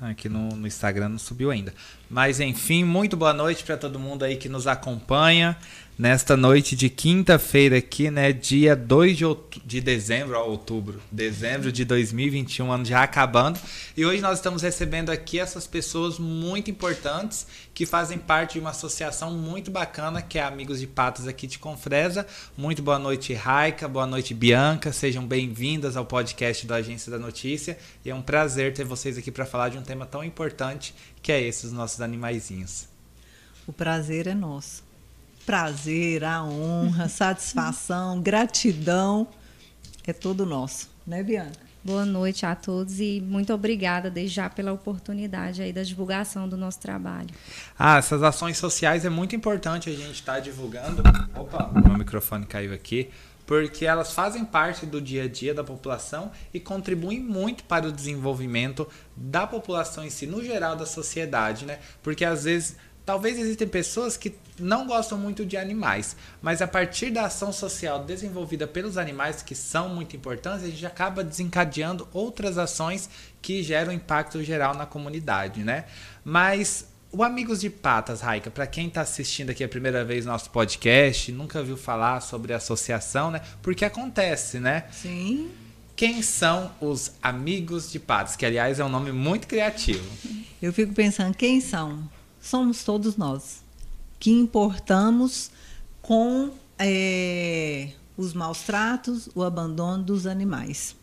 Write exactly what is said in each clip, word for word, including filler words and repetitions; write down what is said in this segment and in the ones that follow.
Aqui no, no Instagram não subiu ainda. Mas enfim, muito boa noite para todo mundo aí que nos acompanha nesta noite de quinta-feira aqui, né? Dia dois de, out- de dezembro, ó, outubro. Dezembro de dois mil e vinte e um, ano já acabando. E hoje nós estamos recebendo aqui essas pessoas muito importantes que fazem parte de uma associação muito bacana, que é Amigos de Patas aqui de Confresa. Muito boa noite, Raika. Boa noite, Bianca. Sejam bem-vindas ao podcast da Agência da Notícia. E é um prazer ter vocês aqui para falar de um tema tão importante que é esse, os nossos animaizinhos. O prazer é nosso. Prazer, a honra, satisfação, gratidão, é todo nosso, né, Bianca? Boa noite a todos e muito obrigada desde já pela oportunidade aí da divulgação do nosso trabalho. Ah, essas ações sociais é muito importante a gente estar divulgando. Opa, meu microfone caiu aqui. Porque elas fazem parte do dia a dia da população e contribuem muito para o desenvolvimento da população em si, no geral da sociedade, né? Porque às vezes, talvez existem pessoas que não gostam muito de animais, mas a partir da ação social desenvolvida pelos animais, que são muito importantes, a gente acaba desencadeando outras ações que geram impacto geral na comunidade, né? Mas o Amigos de Patas, Raika, para quem está assistindo aqui a primeira vez nosso podcast, nunca viu falar sobre a associação, né? Porque acontece, né? Sim. Quem são os Amigos de Patas? Que, aliás, é um nome muito criativo. Eu fico pensando, quem são? Somos todos nós, que importamos com é, os maus tratos, o abandono dos animais.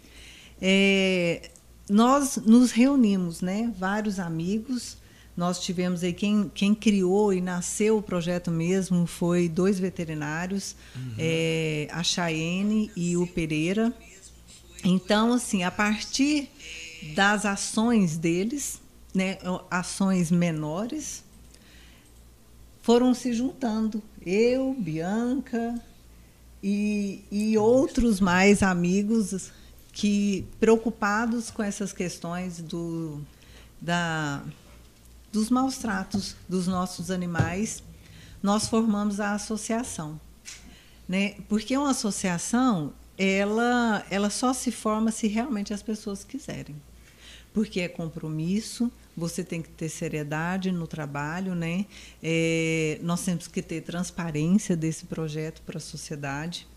É, nós nos reunimos, né? Vários amigos. Nós tivemos aí, quem, quem criou e nasceu o projeto mesmo foi dois veterinários, uhum. é, a Chayenne e o Pereira. Então, assim, a partir das ações deles, né, ações menores, foram se juntando. Eu, Bianca e, e outros mais amigos que, preocupados com essas questões do, da... dos maus tratos dos nossos animais, nós formamos a associação, né? Porque uma associação, ela, ela só se forma se realmente as pessoas quiserem. Porque é compromisso, você tem que ter seriedade no trabalho, né? É, nós temos que ter transparência desse projeto para a sociedade.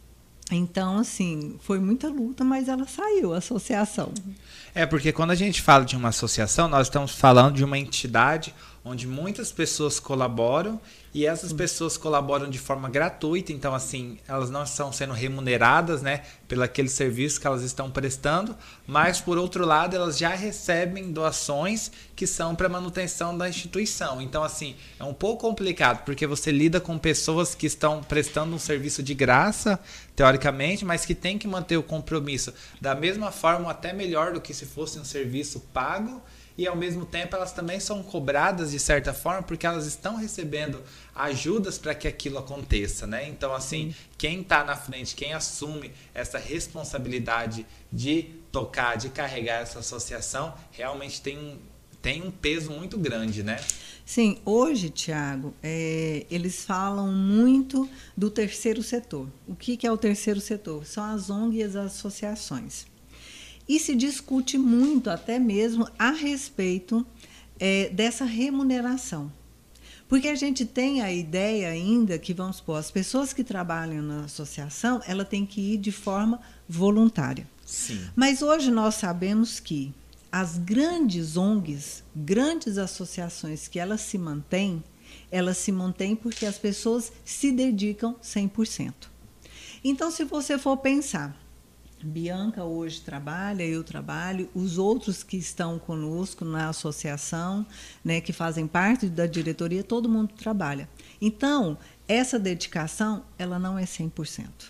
Então, assim, foi muita luta, mas ela saiu, a associação. É, porque quando a gente fala de uma associação, nós estamos falando de uma entidade onde muitas pessoas colaboram e essas pessoas colaboram de forma gratuita, então, assim, elas não estão sendo remuneradas, né, pelo aquele serviço que elas estão prestando, mas, por outro lado, elas já recebem doações que são para manutenção da instituição. Então, assim, é um pouco complicado, porque você lida com pessoas que estão prestando um serviço de graça, teoricamente, mas que tem que manter o compromisso da mesma forma, até melhor do que se fosse um serviço pago, e ao mesmo tempo elas também são cobradas de certa forma porque elas estão recebendo ajudas para que aquilo aconteça, né? Então, assim, quem está na frente, quem assume essa responsabilidade de tocar, de carregar essa associação, realmente tem um, tem um peso muito grande, né? Sim, hoje, Tiago, é, eles falam muito do terceiro setor. O que, que é o terceiro setor? São as O N Gs e as associações. E se discute muito, até mesmo, a respeito é, dessa remuneração. Porque a gente tem a ideia ainda que, vamos supor, as pessoas que trabalham na associação, ela tem que ir de forma voluntária. Sim. Mas hoje nós sabemos que as grandes O N Gs, grandes associações que elas se mantêm, elas se mantêm porque as pessoas se dedicam cem por cento. Então, se você for pensar, Bianca hoje trabalha, eu trabalho, os outros que estão conosco na associação, né, que fazem parte da diretoria, todo mundo trabalha. Então, essa dedicação, ela não é cem por cento.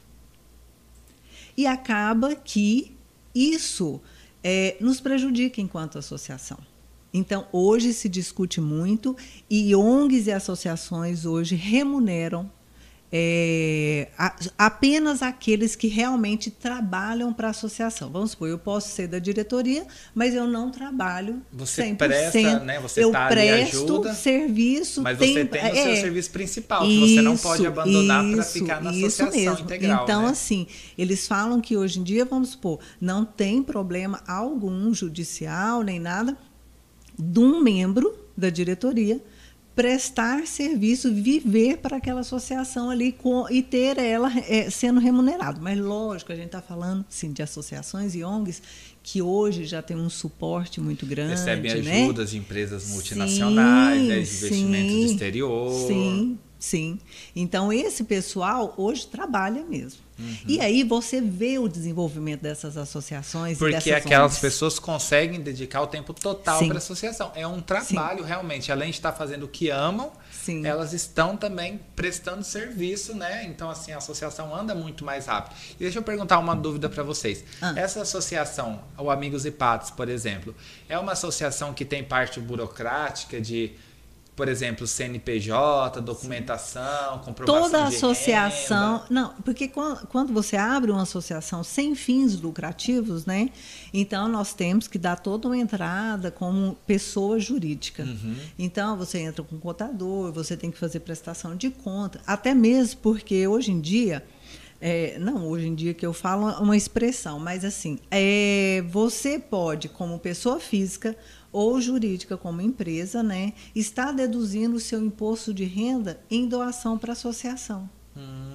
E acaba que isso é, nos prejudica enquanto associação. Então, hoje se discute muito e O N Gs e associações hoje remuneram É, a, apenas aqueles que realmente trabalham para a associação. Vamos supor, eu posso ser da diretoria, mas eu não trabalho você cem por cento. Presta, né? Você eu tá presto ali, ajuda, serviço. mas tem, você tem o é, seu serviço principal, isso, que você não pode abandonar para isso, ficar na isso associação mesmo. integral. Então, né? assim, eles falam que hoje em dia, vamos supor, não tem problema algum judicial nem nada de um membro da diretoria prestar serviço, viver para aquela associação ali com, e ter ela é, sendo remunerado. Mas, lógico, a gente está falando sim, de associações e O N Gs que hoje já tem um suporte muito grande. Recebem né? ajudas de empresas multinacionais, sim, né, de investimentos sim, do exterior. Sim, sim. Então, esse pessoal hoje trabalha mesmo. Uhum. E aí você vê o desenvolvimento dessas associações. Porque dessas aquelas O N Gs. pessoas conseguem dedicar o tempo total para a associação. É um trabalho, sim, realmente. Além de estar fazendo o que amam, sim, elas estão também prestando serviço, né? Então, assim, a associação anda muito mais rápido. E deixa eu perguntar uma dúvida para vocês. Ah. Essa associação, o Amigos e Patos, por exemplo, é uma associação que tem parte burocrática de... Por exemplo, C N P J, documentação, comprovação Toda de associação, renda. Não, porque quando você abre uma associação sem fins lucrativos, né? Então nós temos que dar toda uma entrada como pessoa jurídica. Uhum. Então você entra com contador, você tem que fazer prestação de conta, até mesmo porque hoje em dia, é, não hoje em dia que eu falo uma expressão, mas assim, é, você pode, como pessoa física ou jurídica como empresa, né, está deduzindo o seu imposto de renda em doação para a associação. Hum.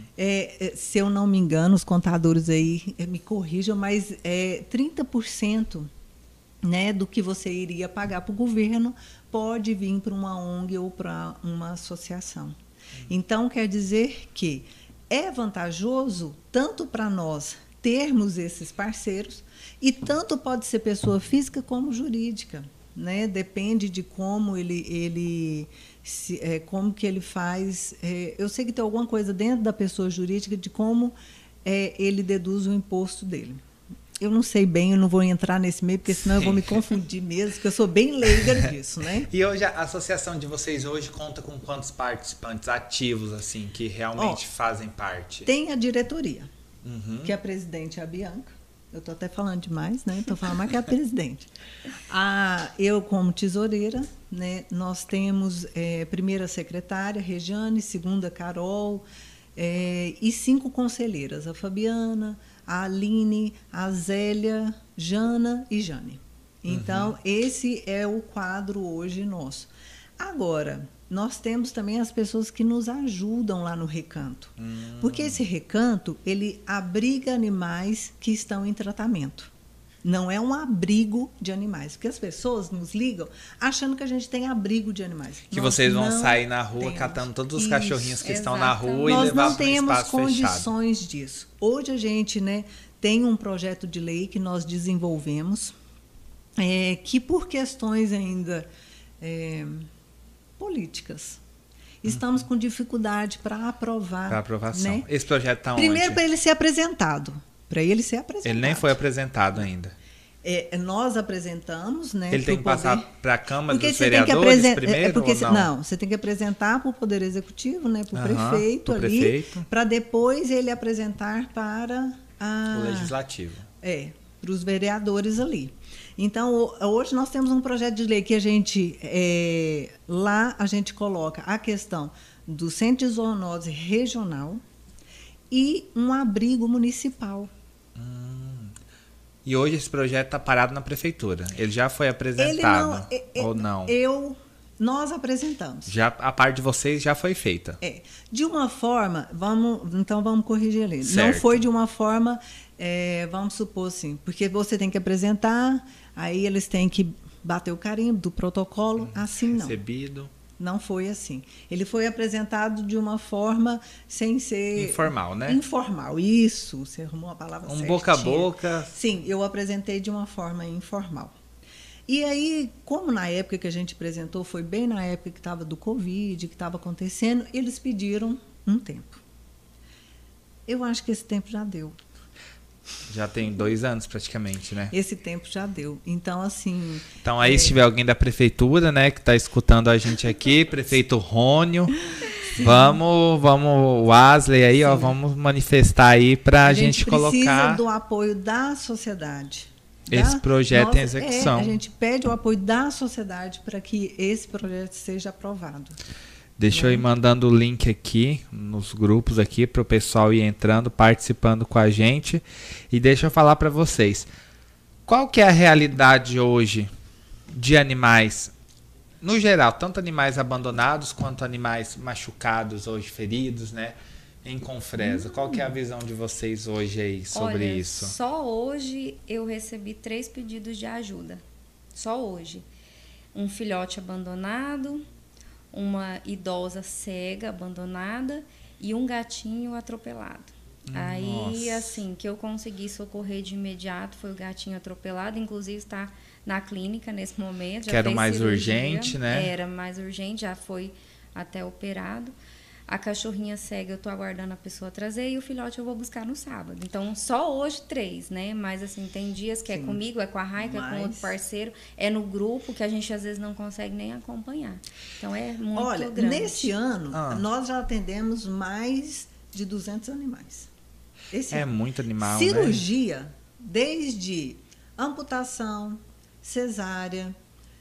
É, se eu não me engano, os contadores aí me corrijam, mas é trinta por cento, né, do que você iria pagar para o governo pode vir para uma O N G ou para uma associação. Hum. Então, quer dizer que é vantajoso tanto para nós termos esses parceiros, e tanto pode ser pessoa física como jurídica, né? Depende de como ele, ele se, é, como que ele faz. É, eu sei que tem alguma coisa dentro da pessoa jurídica de como é, ele deduz o imposto dele. Eu não sei bem, eu não vou entrar nesse meio, porque senão Sim. eu vou me confundir mesmo, porque eu sou bem leiga disso, né? E hoje a associação de vocês hoje conta com quantos participantes ativos, assim, que realmente oh, fazem parte? Tem a diretoria, uhum. que a presidente é a Bianca. Eu estou até falando demais, né? Estou falando mais que a presidente. A, eu, como tesoureira, né, nós temos é, primeira secretária, Regiane, segunda, Carol, é, e cinco conselheiras, a Fabiana, a Aline, a Zélia, Jana e Jane. Então, uhum. esse é o quadro hoje nosso. Agora, nós temos também as pessoas que nos ajudam lá no recanto. Hum. Porque esse recanto, ele abriga animais que estão em tratamento. Não é um abrigo de animais. Porque as pessoas nos ligam achando que a gente tem abrigo de animais. Que nós vocês vão sair na rua temos. catando todos os Isso, cachorrinhos que exatamente. estão na rua nós e levar para um espaço fechado. Nós não temos condições disso. Hoje a gente, né, tem um projeto de lei que nós desenvolvemos, é, que por questões ainda... É, políticas. Estamos uhum. com dificuldade para aprovar. Para aprovação. Né? Esse projeto está onde? Primeiro, para ele ser apresentado. Para ele ser apresentado. Ele nem foi apresentado ainda. É, nós apresentamos, né? Ele tem que poder... passar para a Câmara porque dos você Vereadores tem que apresen... primeiro é porque ou você... não? Não, você tem que apresentar para o Poder Executivo, né? Para o uhum, prefeito pro ali, para depois ele apresentar para a... o Legislativo. É, para os vereadores ali. Então, hoje nós temos um projeto de lei que a gente, é, lá a gente coloca a questão do centro de zoonose regional e um abrigo municipal. Hum. E hoje esse projeto está parado na prefeitura. Ele já foi apresentado Ele não, é, ou não? Eu, nós apresentamos. Já, a parte de vocês já foi feita. É, de uma forma, vamos, então vamos corrigir ali. Certo. Não foi de uma forma, é, vamos supor assim, porque você tem que apresentar, aí eles têm que bater o carimbo do protocolo, assim não. Recebido. Não foi assim. Ele foi apresentado de uma forma sem ser... Informal, né? Informal, isso. Você arrumou a palavra certa. Um boca a boca. Sim, eu apresentei de uma forma informal. E aí, como na época que a gente apresentou, foi bem na época que estava do Covid, que estava acontecendo, eles pediram um tempo. Eu acho que esse tempo já deu. Já tem dois anos praticamente, né? Esse tempo já deu. Então, assim... Então, aí é... se tiver alguém da prefeitura, né, que está escutando a gente aqui, prefeito Rônio, Sim. vamos, vamos, Wesley aí, Sim. ó, vamos manifestar aí para a gente, gente colocar... A gente precisa do apoio da sociedade. Esse da... projeto Nossa, em execução. É, a gente pede o apoio da sociedade para que esse projeto seja aprovado. Deixa eu ir mandando o link aqui nos grupos aqui para o pessoal ir entrando, participando com a gente. E deixa eu falar para vocês. Qual que é a realidade hoje de animais, no geral, tanto animais abandonados quanto animais machucados ou feridos, né? Em Confresa. Hum. Qual que é a visão de vocês hoje aí sobre Olha, isso? Só hoje eu recebi três pedidos de ajuda. Só hoje. Um filhote abandonado, uma idosa cega abandonada e um gatinho atropelado. Nossa. Aí, assim, que eu consegui socorrer de imediato foi o gatinho atropelado, inclusive está na clínica nesse momento. Que era o mais cirurgia. urgente, né? Era mais urgente, já foi até operado. A cachorrinha cega eu tô aguardando a pessoa trazer e o filhote eu vou buscar no sábado. Então, só hoje três, né? Mas, assim, tem dias que Sim. é comigo, é com a Raika, Mas... é com outro parceiro, é no grupo que a gente, às vezes, não consegue nem acompanhar. Então, é muito Olha, grande. Nesse ano, ah. nós já atendemos mais de duzentos animais. Esse é ano. muito animal, Cirurgia, né? desde amputação, cesárea,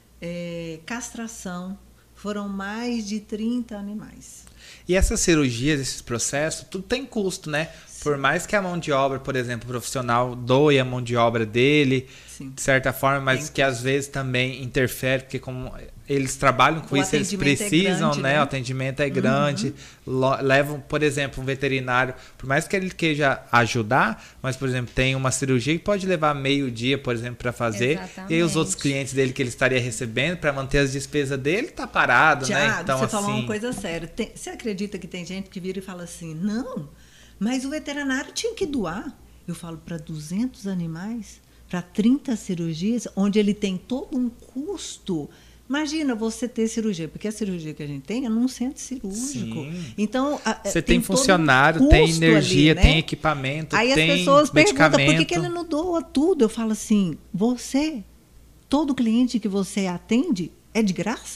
é, castração, foram mais de trinta animais. E essas cirurgias, esses processos, tudo tem custo, né? Sim. Por mais que a mão de obra, por exemplo, o profissional doe a mão de obra dele, Sim. de certa forma, mas tem que custo. Às vezes também interfere, porque como eles trabalham com o isso, eles precisam, é grande, né? né? O atendimento é grande. Uhum. Levam, por exemplo, um veterinário, por mais que ele queira ajudar, mas, por exemplo, tem uma cirurgia que pode levar meio dia, por exemplo, para fazer. Exatamente. E aí os outros clientes dele que ele estaria recebendo para manter as despesas dele, tá parado, Já, né? Então, você assim... falou uma coisa séria. Tem, você acredita que tem gente que vira e fala assim, não, mas o veterinário tinha que doar. Eu falo, para duzentos animais, para trinta cirurgias, onde ele tem todo um custo. Imagina você ter cirurgia, porque a cirurgia que a gente tem é num centro cirúrgico. Sim. Então, a, você tem, tem funcionário, um tem energia, ali, né? Tem equipamento, Aí tem as pessoas medicamento. perguntam, por que, que ele não doa tudo? Eu falo assim, você, todo cliente que você atende é de graça?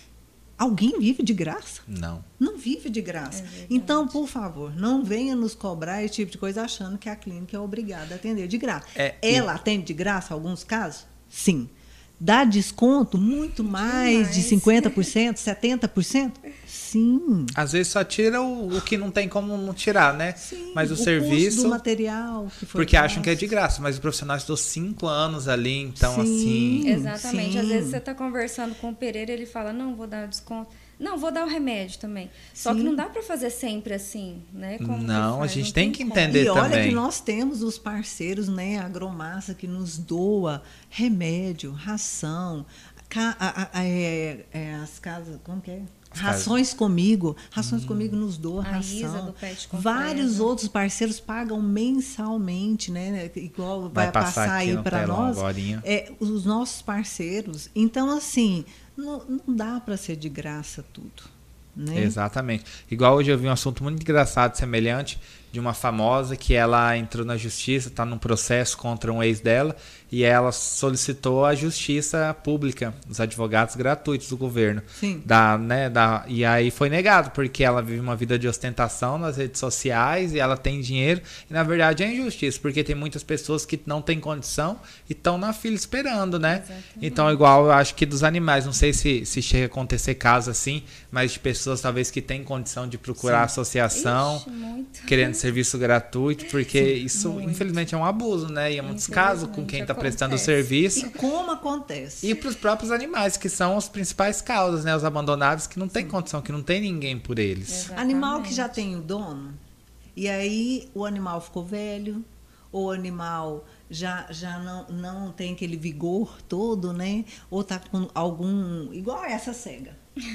Alguém vive de graça? Não. Não vive de graça. É então, por favor, não venha nos cobrar esse tipo de coisa achando que a clínica é obrigada a atender de graça. É, Ela e... atende de graça em alguns casos? Sim. Dá desconto muito mais Demais. de cinquenta por cento, setenta por cento? Sim. Às vezes só tira o, o que não tem como não tirar, né? Sim, mas o, o serviço... custo do material que foi Porque nosso. acham que é de graça, mas o profissional estudou cinco anos ali, então sim, assim... Exatamente. Sim. Às vezes você está conversando com o Pereira, ele fala, não, vou dar desconto. Não, vou dar o remédio também. Só Sim. que não dá para fazer sempre assim, né? Como não, a gente não tem, tem que entender e também. E olha que nós temos os parceiros, né? A Agromassa, que nos doa remédio, ração, ca, a, a, a, é, é, as casas, como que é? As Rações casas. Comigo. Rações hum. Comigo nos doa a ração. Isa do Pet Vários outros parceiros pagam mensalmente, né? Igual vai, vai passar, passar aí para nós. É, os nossos parceiros. Então, assim... Não, não dá para ser de graça tudo, né? Exatamente. Igual hoje eu vi um assunto muito engraçado, semelhante, de uma famosa que ela entrou na justiça, está num processo contra um ex dela, e ela solicitou a justiça pública, os advogados gratuitos do governo. Sim. Da, né, da, e aí foi negado, porque ela vive uma vida de ostentação nas redes sociais e ela tem dinheiro, e na verdade é injustiça, porque tem muitas pessoas que não têm condição e estão na fila esperando, né? Exatamente. Então, igual eu acho que dos animais, não sei se, se chega a acontecer casos assim, mas de pessoas talvez que têm condição de procurar Sim. associação, Ixi, muito. querendo serviço gratuito, porque Sim, isso muito. infelizmente é um abuso, né? E é um descaso com quem está prestando o serviço. E como acontece? E para os próprios animais, que são as principais causas, né? Os abandonados que não tem Sim. condição, que não tem ninguém por eles. Exatamente. Animal que já tem o dono, e aí o animal ficou velho, ou o animal já, já não, não tem aquele vigor todo, né? Ou está com algum... igual essa cega.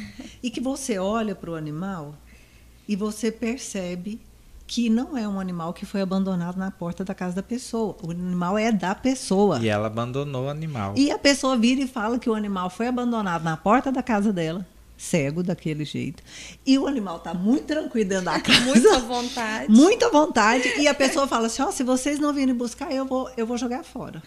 E que você olha para o animal e você percebe que não é um animal que foi abandonado na porta da casa da pessoa. O animal é da pessoa. E ela abandonou o animal. E a pessoa vira e fala que o animal foi abandonado na porta da casa dela, cego daquele jeito. E o animal está muito tranquilo dentro da casa. Muito à vontade. Muito à vontade. E a pessoa fala assim, ó, oh, se vocês não virem buscar, eu vou, eu vou jogar fora.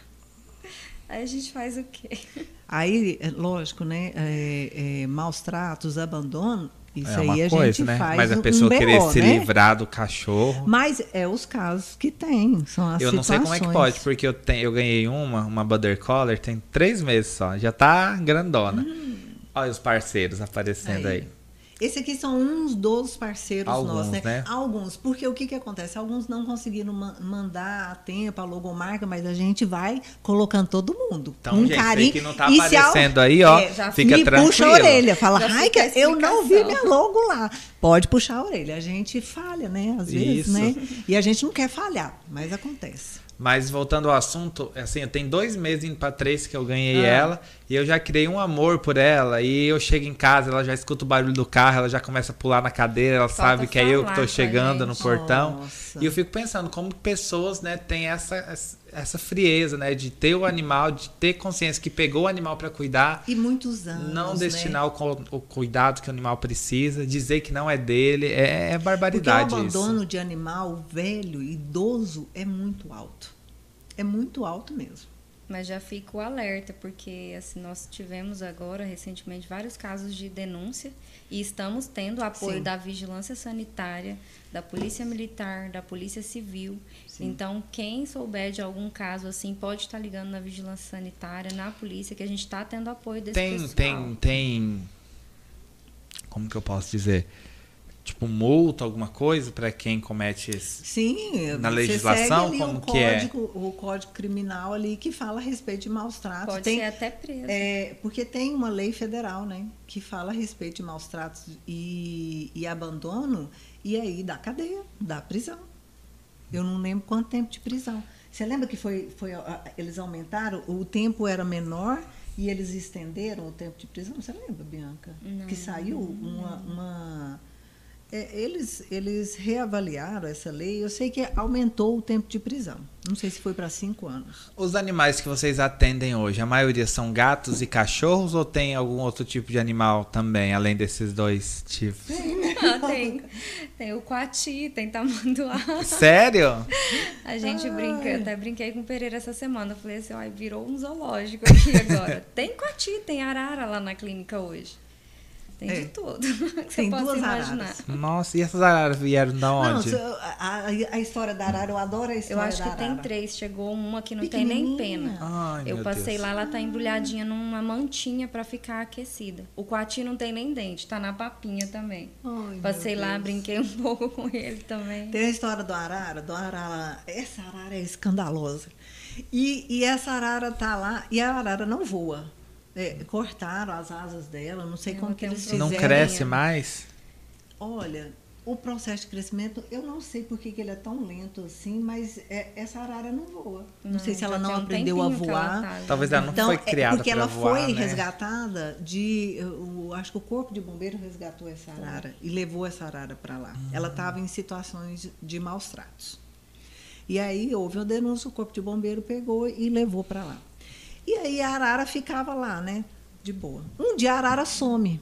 Aí a gente faz o quê? Aí, lógico, né? É, é, maus tratos, abandono, isso é aí uma a coisa, gente né? faz Mas a pessoa um B O, querer se né? livrar do cachorro... Mas é os casos que tem, são as Eu não situações. sei como é que pode, porque eu, tenho, eu ganhei uma, uma Border Collie, tem três meses só, já tá grandona. Hum. Olha os parceiros aparecendo aí. aí. Esse aqui são uns dos parceiros Alguns, nossos, né? né? Alguns, porque o que, que acontece? Alguns não conseguiram ma- mandar a tempo a logomarca, mas a gente vai colocando todo mundo. Então, um gente, carinho. aí que não tá E se al- aparecendo aí, ó, é, já fica me tranquilo. puxa a orelha, fala, Já Raica, fica a eu não vi explicação. minha logo lá. Pode puxar a orelha. A gente falha, né? Às vezes, Isso. né? E a gente não quer falhar, mas acontece. Mas voltando ao assunto, assim, eu tenho dois meses indo pra três que eu ganhei Ah. ela e eu já criei um amor por ela. E eu chego em casa, ela já escuta o barulho do carro, ela já começa a pular na cadeira, ela Falta sabe que é eu que falar tô com a chegando no gente. portão. Nossa. E eu fico pensando como pessoas, né, têm essa, essa frieza, né, de ter o animal, de ter consciência que pegou o animal para cuidar, E muitos anos, não né? destinar o, co- o cuidado que o animal precisa, dizer que não é dele, é, é Porque o barbaridade abandono isso. de animal velho, idoso, é muito alto. É muito alto mesmo. Mas já fica o alerta, porque assim, nós tivemos agora, recentemente, vários casos de denúncia e estamos tendo apoio Sim. da Vigilância Sanitária, da Polícia Militar, da Polícia Civil. Sim. Então, quem souber de algum caso assim, pode estar ligando na Vigilância Sanitária, na polícia, que a gente está tendo apoio desse Tem, pessoal. tem, tem, como que eu posso dizer? Tipo, multa, alguma coisa para quem comete esse... Sim, Na você legislação, segue ali como o que é? código, o código criminal ali que fala a respeito de maus tratos. Pode Tem, ser até preso. é, porque tem uma lei federal, né, que fala a respeito de maus tratos e, e abandono, e aí dá cadeia, dá prisão. Eu não lembro quanto tempo de prisão. Você lembra que foi, foi a- eles aumentaram, o tempo era menor e eles estenderam o tempo de prisão? Você lembra, Bianca? Não, que saiu uma... uma é, eles, eles reavaliaram essa lei. Eu sei que aumentou o tempo de prisão. Não sei se foi para cinco anos. Os animais que vocês atendem hoje, a maioria são gatos e cachorros ou tem algum outro tipo de animal também, além desses dois tipos? Ah, tem, tem o coati, tem tamanduá. Sério? A gente Ai. brinca, até brinquei com o Pereira essa semana. Eu falei assim, ó, virou um zoológico aqui agora. Tem coati, tem arara lá na clínica hoje. Tem É. de tudo que você Tem possa duas imaginar. araras. Nossa, e essas araras vieram da Não, onde? se- a, a- a história da arara, eu adoro a Eu história acho da que arara. tem três. Chegou uma que não tem nem Pequenininha. pena. Ai, Eu meu passei Deus. lá, ela tá embrulhadinha numa mantinha pra ficar aquecida. O coati não tem nem dente, tá na papinha também. Ai, Passei meu lá, Deus. brinquei um pouco com ele também. Tem a história do arara, do arara. Essa arara é escandalosa. E, e essa arara tá lá, e a arara não voa. É, cortaram as asas dela, não sei Ela como que tem um eles problema. fizeram. Não cresce mais? Olha, o processo de crescimento, eu não sei por que que ele é tão lento assim, mas é- essa arara não voa. Não, sei se ela já não tem um aprendeu a tempinho que ela voar. tá já. Talvez ela não Então, foi é criada porque para ela voar, foi né? resgatada de. O, acho que o Corpo de Bombeiro resgatou essa arara e levou essa arara para lá. Hum. Ela estava em situações de maus tratos. E aí houve uma denúncia, o Corpo de Bombeiro pegou e levou para lá. E aí a arara ficava lá, né? De boa. Um dia a arara some.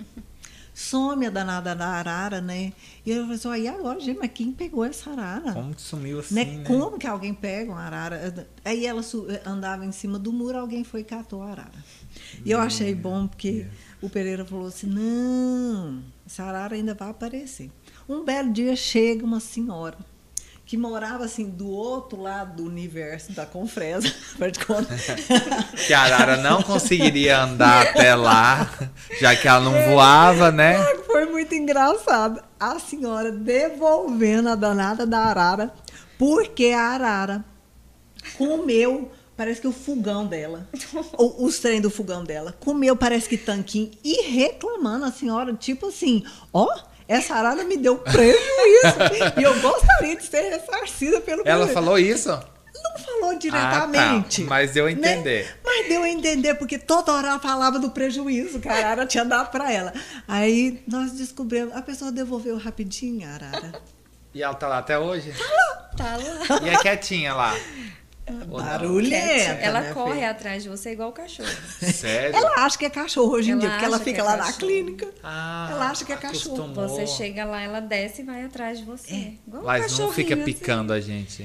Some a danada da arara, né? E eu falei assim, ó, e agora, gente, mas quem pegou essa arara? Como que sumiu assim, Né? né? Como que alguém pega uma arara? Aí ela su- andava em cima do muro, alguém foi e catou a arara. E eu achei bom, porque o Pereira falou assim, não, essa arara ainda vai aparecer. Um belo dia chega uma senhora que morava assim do outro lado do universo da Confresa, faz de conta. Que a arara não conseguiria andar até lá, já que ela não voava, né? Foi muito engraçado. A senhora devolvendo a danada da arara, porque a arara comeu, parece que o fogão dela, o- os trem do fogão dela, comeu, parece que tanquinho, e reclamando a senhora, tipo assim, ó, essa arara me deu prejuízo, e eu gostaria de ser ressarcida pelo Ela prejuízo. falou isso? Não falou diretamente. Ah, tá. Mas deu a entender. Né? Mas deu a entender, porque toda hora ela falava do prejuízo que a arara tinha dado para ela. Aí nós descobrimos, a pessoa devolveu rapidinho a arara. E ela tá lá até hoje? Tá lá. E é quietinha lá? Ou não? Barulhenta. Ela né, corre filha? atrás de você igual o cachorro. Sério? Ela acha que é cachorro hoje em Ela dia, porque ela acha que fica é lá na cachorro. clínica. Ah, Ela acha que é cachorro. acostumou. Você chega lá, ela desce e vai atrás de você. Igual um Mas não fica cachorrinho, assim. picando a gente.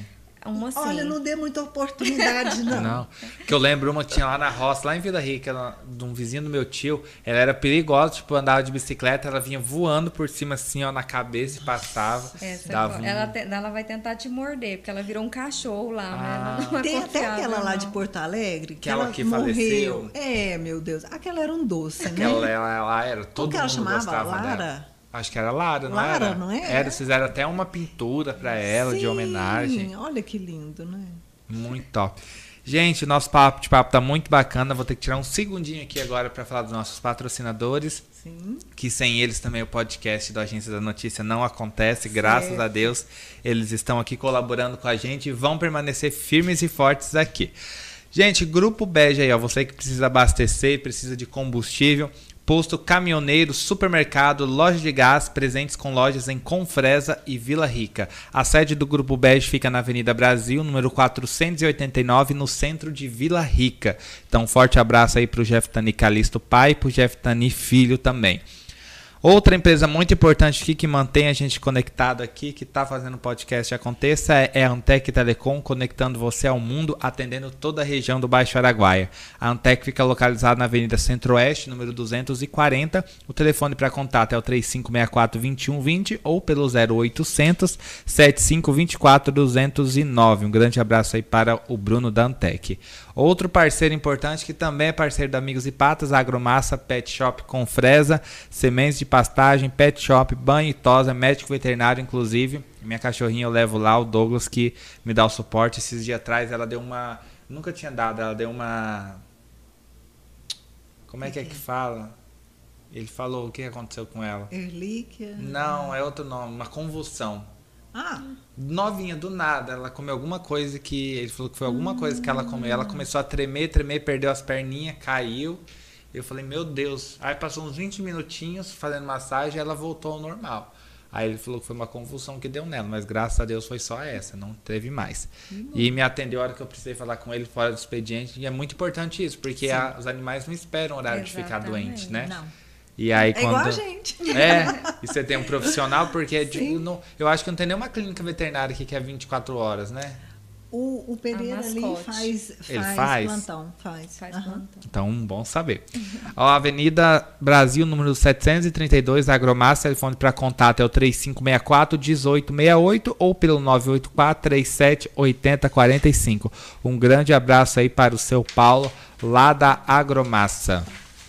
uma sim. Olha, não dê muita oportunidade, não. Não. Que eu lembro uma que tinha lá na roça, lá em Vila Rica, ela, de um vizinho do meu tio. Ela era perigosa, tipo, andava de bicicleta, ela vinha voando por cima, assim, ó, na cabeça e passava. Essa dava um... ela, te, ela vai tentar te morder, porque ela virou um cachorro lá, Ah. né? Ela não é Tem até aquela lá não. de Porto Alegre, que, Que ela ela que morreu. faleceu. É, meu Deus. Aquela era um doce, né? Aquela ela, ela era, todo que ela mundo chamava? gostava Lara? dela. Acho que era Lara, não Lara, era? não é? Era, fizeram até uma pintura pra ela, Sim, de homenagem. Olha que lindo, né? Muito top. Gente, nosso papo de papo tá muito bacana. Vou ter que tirar um segundinho aqui agora para falar dos nossos patrocinadores. Sim. Que sem eles também o podcast da Agência da Notícia não acontece. Graças Certo. a Deus, eles estão aqui colaborando com a gente e vão permanecer firmes e fortes aqui. Gente, Grupo Bege aí, ó. Você que precisa abastecer, precisa de combustível. Posto caminhoneiro, supermercado, loja de gás, presentes com lojas em Confresa e Vila Rica. A sede do Grupo Bege fica na Avenida Brasil, número quatrocentos e oitenta e nove, no centro de Vila Rica. Então, um forte abraço aí pro Jeftani Calisto pai e pro Jeftani filho também. Outra empresa muito importante aqui que mantém a gente conectado aqui, que está fazendo o podcast aconteça, é a Antec Telecom, conectando você ao mundo, atendendo toda a região do Baixo Araguaia. A Antec fica localizada na Avenida Centro-Oeste, número duzentos e quarenta. O telefone para contato é o três cinco seis quatro, dois um dois zero ou pelo zero oitocentos, sete cinco dois quatro, dois zero nove. Um grande abraço aí para o Bruno da Antec. Outro parceiro importante que também é parceiro da Amigos e Patas, Agromassa, Pet Shop Confresa, sementes de pastagem, Pet Shop, banho e tosa, médico veterinário, inclusive. Minha cachorrinha eu levo lá, o Douglas, que me dá o suporte. Esses dias atrás ela deu uma... Nunca tinha dado, ela deu uma... Como é que é que fala? Ele falou o que aconteceu com ela. Erlíquia? Não, é outro nome, uma convulsão. Ah, Novinha, do nada, ela comeu alguma coisa que... Ele falou que foi alguma coisa que ela comeu. Ela começou a tremer, tremer, perdeu as perninhas, caiu. Eu falei, meu Deus. Aí passou uns vinte minutinhos fazendo massagem e ela voltou ao normal. Aí ele falou que foi uma convulsão que deu nela, mas graças a Deus foi só essa, não teve mais. Uhum. E me atendeu a hora que eu precisei falar com ele fora do expediente. E é muito importante isso, porque a, os animais não esperam o horário Exatamente. de ficar doente, né? Não. E aí, é quando... igual a gente. É, e você tem um profissional, porque de, não, eu acho que não tem nenhuma clínica veterinária aqui que é vinte e quatro horas, né? O, o Pereira ali faz, faz, Ele faz plantão. Faz, faz uhum. plantão. Então, bom saber. Ó, Avenida Brasil, número setecentos e trinta e dois, Agromassa, telefone para contato é o três cinco seis quatro, um oito seis oito ou pelo nove oito quatro, três sete oito zero quatro cinco. Um grande abraço aí para o seu Paulo, lá da Agromassa.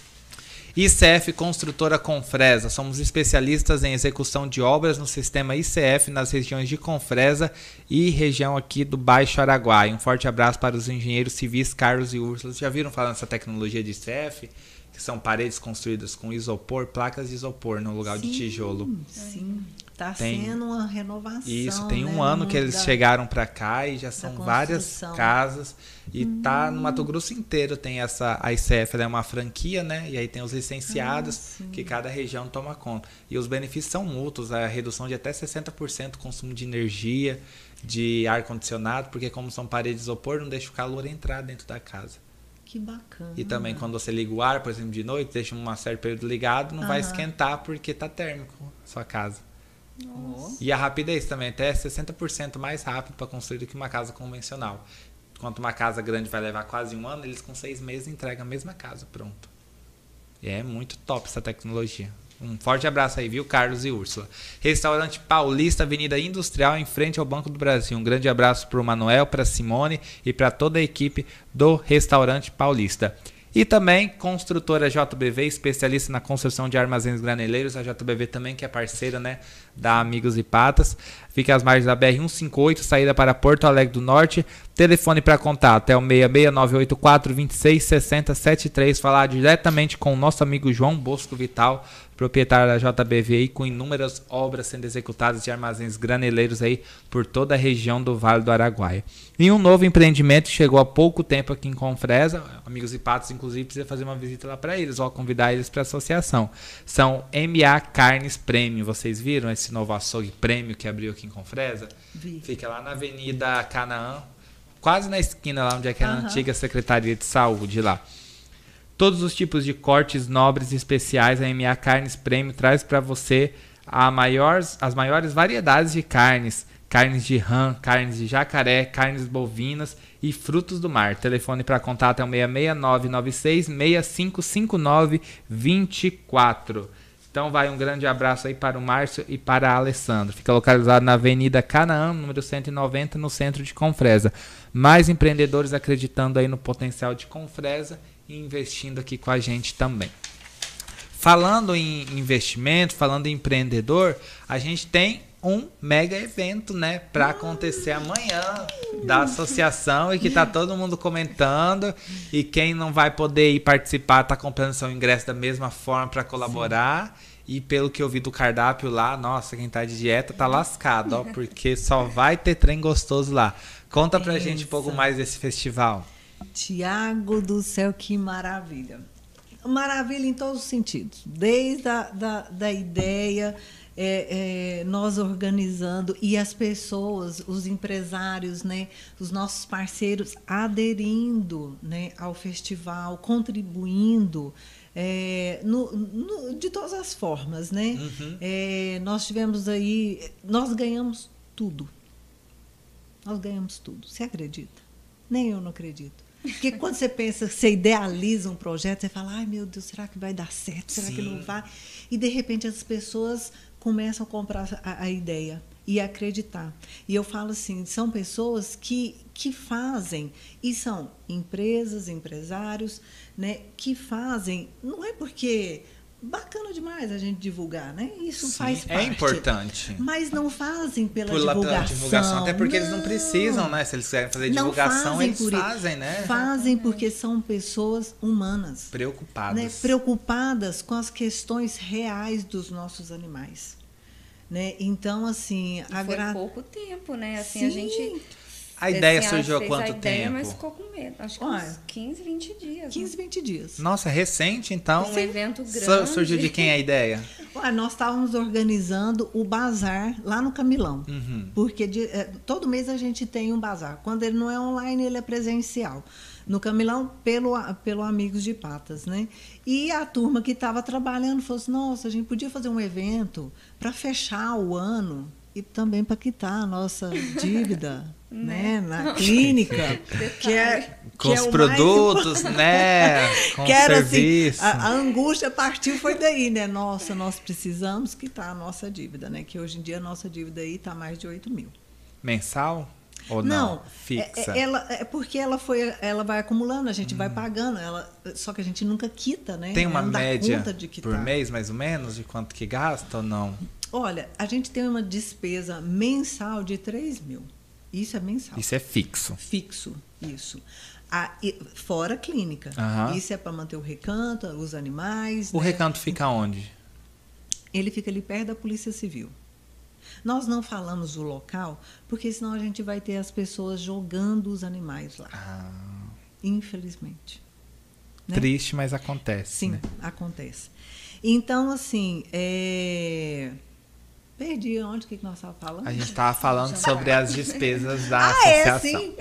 I C F Construtora Confresa. Somos especialistas em execução de obras no sistema I C F nas regiões de Confresa e região aqui do Baixo Araguaia. Um forte abraço para os engenheiros civis Carlos e Úrsula. Já viram falar nessa tecnologia de I C F? Que são paredes construídas com isopor, placas de isopor no lugar sim, de tijolo. Sim, está sendo uma renovação. Isso, tem um né, ano que eles da, chegaram para cá e já são várias casas. E hum. tá no Mato Grosso inteiro, tem essa, a I C F, ela é uma franquia, né? E aí tem os licenciados ah, que cada região toma conta. E os benefícios são mútuos, a redução de até sessenta por cento consumo de energia, de ar-condicionado, porque como são paredes de isopor, não deixa o calor entrar dentro da casa. Que bacana. E também quando você liga o ar, por exemplo, de noite, deixa um certo período ligado, não ah. vai esquentar porque tá térmico a sua casa. Nossa. E a rapidez também, até sessenta por cento mais rápido para construir do que uma casa convencional. Enquanto uma casa grande vai levar quase um ano, eles com seis meses entregam a mesma casa, pronto. E é muito top essa tecnologia. Um forte abraço aí, viu, Carlos e Úrsula. Restaurante Paulista, Avenida Industrial, em frente ao Banco do Brasil. Um grande abraço para o Manuel, para a Simone e para toda a equipe do Restaurante Paulista. E também Construtora J B V, especialista na construção de armazéns graneleiros. A J B V também, que é parceira, né, da Amigos e Patas. Fica às margens da B R cento e cinquenta e oito, saída para Porto Alegre do Norte. Telefone para contato é o seis seis nove oito quatro, dois seis seis zero sete três. Falar diretamente com o nosso amigo João Bosco Vital, proprietário da J B V, aí, com inúmeras obras sendo executadas de armazéns graneleiros aí por toda a região do Vale do Araguaia. E um novo empreendimento chegou há pouco tempo aqui em Confresa. Amigos e Patos, inclusive, precisa fazer uma visita lá para eles, ou convidar eles para a associação. São M A Carnes Premium. Vocês viram esse novo açougue Premium que abriu aqui em Confresa? Vi. Fica lá na Avenida Canaã, quase na esquina lá onde é que é a uhum. antiga Secretaria de Saúde lá. Todos os tipos de cortes nobres e especiais, a M A Carnes Premium traz para você a maiores, as maiores variedades de carnes, carnes de rã, carnes de jacaré, carnes bovinas e frutos do mar. Telefone para contato é o seis seis nove nove seis, seis cinco cinco nove, dois quatro. Então vai um grande abraço aí para o Márcio e para a Alessandra. Fica localizado na Avenida Canaã, número cento e noventa, no centro de Confresa. Mais empreendedores acreditando aí no potencial de Confresa e investindo aqui com a gente também. Falando em investimento, falando em empreendedor, a gente tem um mega evento, né, para acontecer amanhã da associação e que tá todo mundo comentando, e quem não vai poder ir participar tá comprando seu ingresso da mesma forma para colaborar. Sim. E pelo que eu vi do cardápio lá, nossa, quem tá de dieta tá lascado, ó, porque só vai ter trem gostoso lá. Conta pra Essa. gente um pouco mais desse festival. Tiago do céu, que maravilha. Maravilha em todos os sentidos, desde a da, da ideia, é, é, nós organizando e as pessoas, os empresários, né, os nossos parceiros aderindo, né, ao festival, contribuindo é, no, no, de todas as formas, né? Uhum. É, nós tivemos aí, nós ganhamos tudo, nós ganhamos tudo. Você acredita? Nem eu não acredito. Porque quando você pensa, você idealiza um projeto, você fala, ai meu Deus, será que vai dar certo? Será Sim. que não vai? E de repente as pessoas começam a comprar a, a ideia e acreditar. E eu falo assim, são pessoas que, que fazem, e são empresas, empresários, né, que fazem, não é porque... Bacana demais a gente divulgar, né? Isso Sim, faz parte. É importante. Mas não fazem pela, pela divulgação. Pela divulgação. Até porque não, eles não precisam, né? Se eles quiserem fazer divulgação, eles fazem, né? Fazem porque são pessoas humanas. Preocupadas. Né? Preocupadas com as questões reais dos nossos animais. Né? Então, assim... E a foi gra... pouco tempo, né? Assim, Sim. a gente... A ideia assim, surgiu há quanto a ideia, tempo? Mas ficou com medo. Acho que uns quinze, vinte dias. quinze, vinte dias. Nossa, recente, então. Um evento grande. Surgiu de quem a ideia? Ué, nós estávamos organizando o bazar lá no Camilão. Uhum. Porque de, é, todo mês a gente tem um bazar. Quando ele não é online, ele é presencial. No Camilão, pelo, pelo Amigos de Patas, né? E a turma que estava trabalhando falou assim, nossa, a gente podia fazer um evento para fechar o ano e também para quitar a nossa dívida, né, na clínica, que é com que os é produtos, mais... né, com que era, serviço. Assim, a, a angústia partiu foi daí, né? Nossa, nós precisamos quitar a nossa dívida, né? Que hoje em dia a nossa dívida aí está mais de oito mil. Mensal? Ou não? Não, fixa. É, ela, é porque ela foi, ela vai acumulando, a gente hum. vai pagando, ela, só que a gente nunca quita, né? Tem uma não média dá conta de quitar. Por mês, mais ou menos, de quanto que gasta ou não? Olha, a gente tem uma despesa mensal de três mil. Isso é mensal. Isso é fixo. Fixo, isso. A, e, fora a clínica. Uhum. Isso é para manter o recanto, os animais. O né? recanto fica onde? Ele fica ali perto da Polícia Civil. Nós não falamos o local, porque senão a gente vai ter as pessoas jogando os animais lá. Ah. Infelizmente. Né? Triste, mas acontece. Sim, né? acontece. Então, assim, é... perdi onde que nós estávamos falando. A gente estava falando sobre as despesas da ah, associação. É, sim.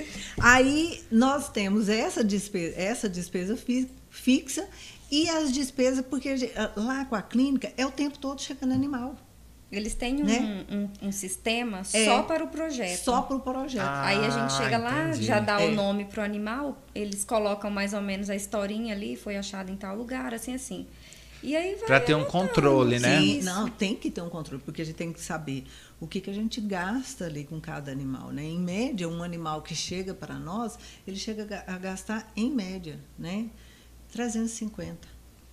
Aí nós temos essa despesa, essa despesa fi, fixa e as despesas, porque lá com a clínica é o tempo todo chegando animal. Eles têm um, né? um, um sistema é, só para o projeto. Só para o projeto. Ah, aí a gente chega lá, entendi. já dá é. o nome para o animal, eles colocam mais ou menos a historinha ali, foi achado em tal lugar, assim, assim. E aí vai... Para ter um controle, né? Sim, não, tem que ter um controle, porque a gente tem que saber o que, que a gente gasta ali com cada animal, né? Em média, um animal que chega para nós, ele chega a gastar, em média, né? trezentos e cinquenta.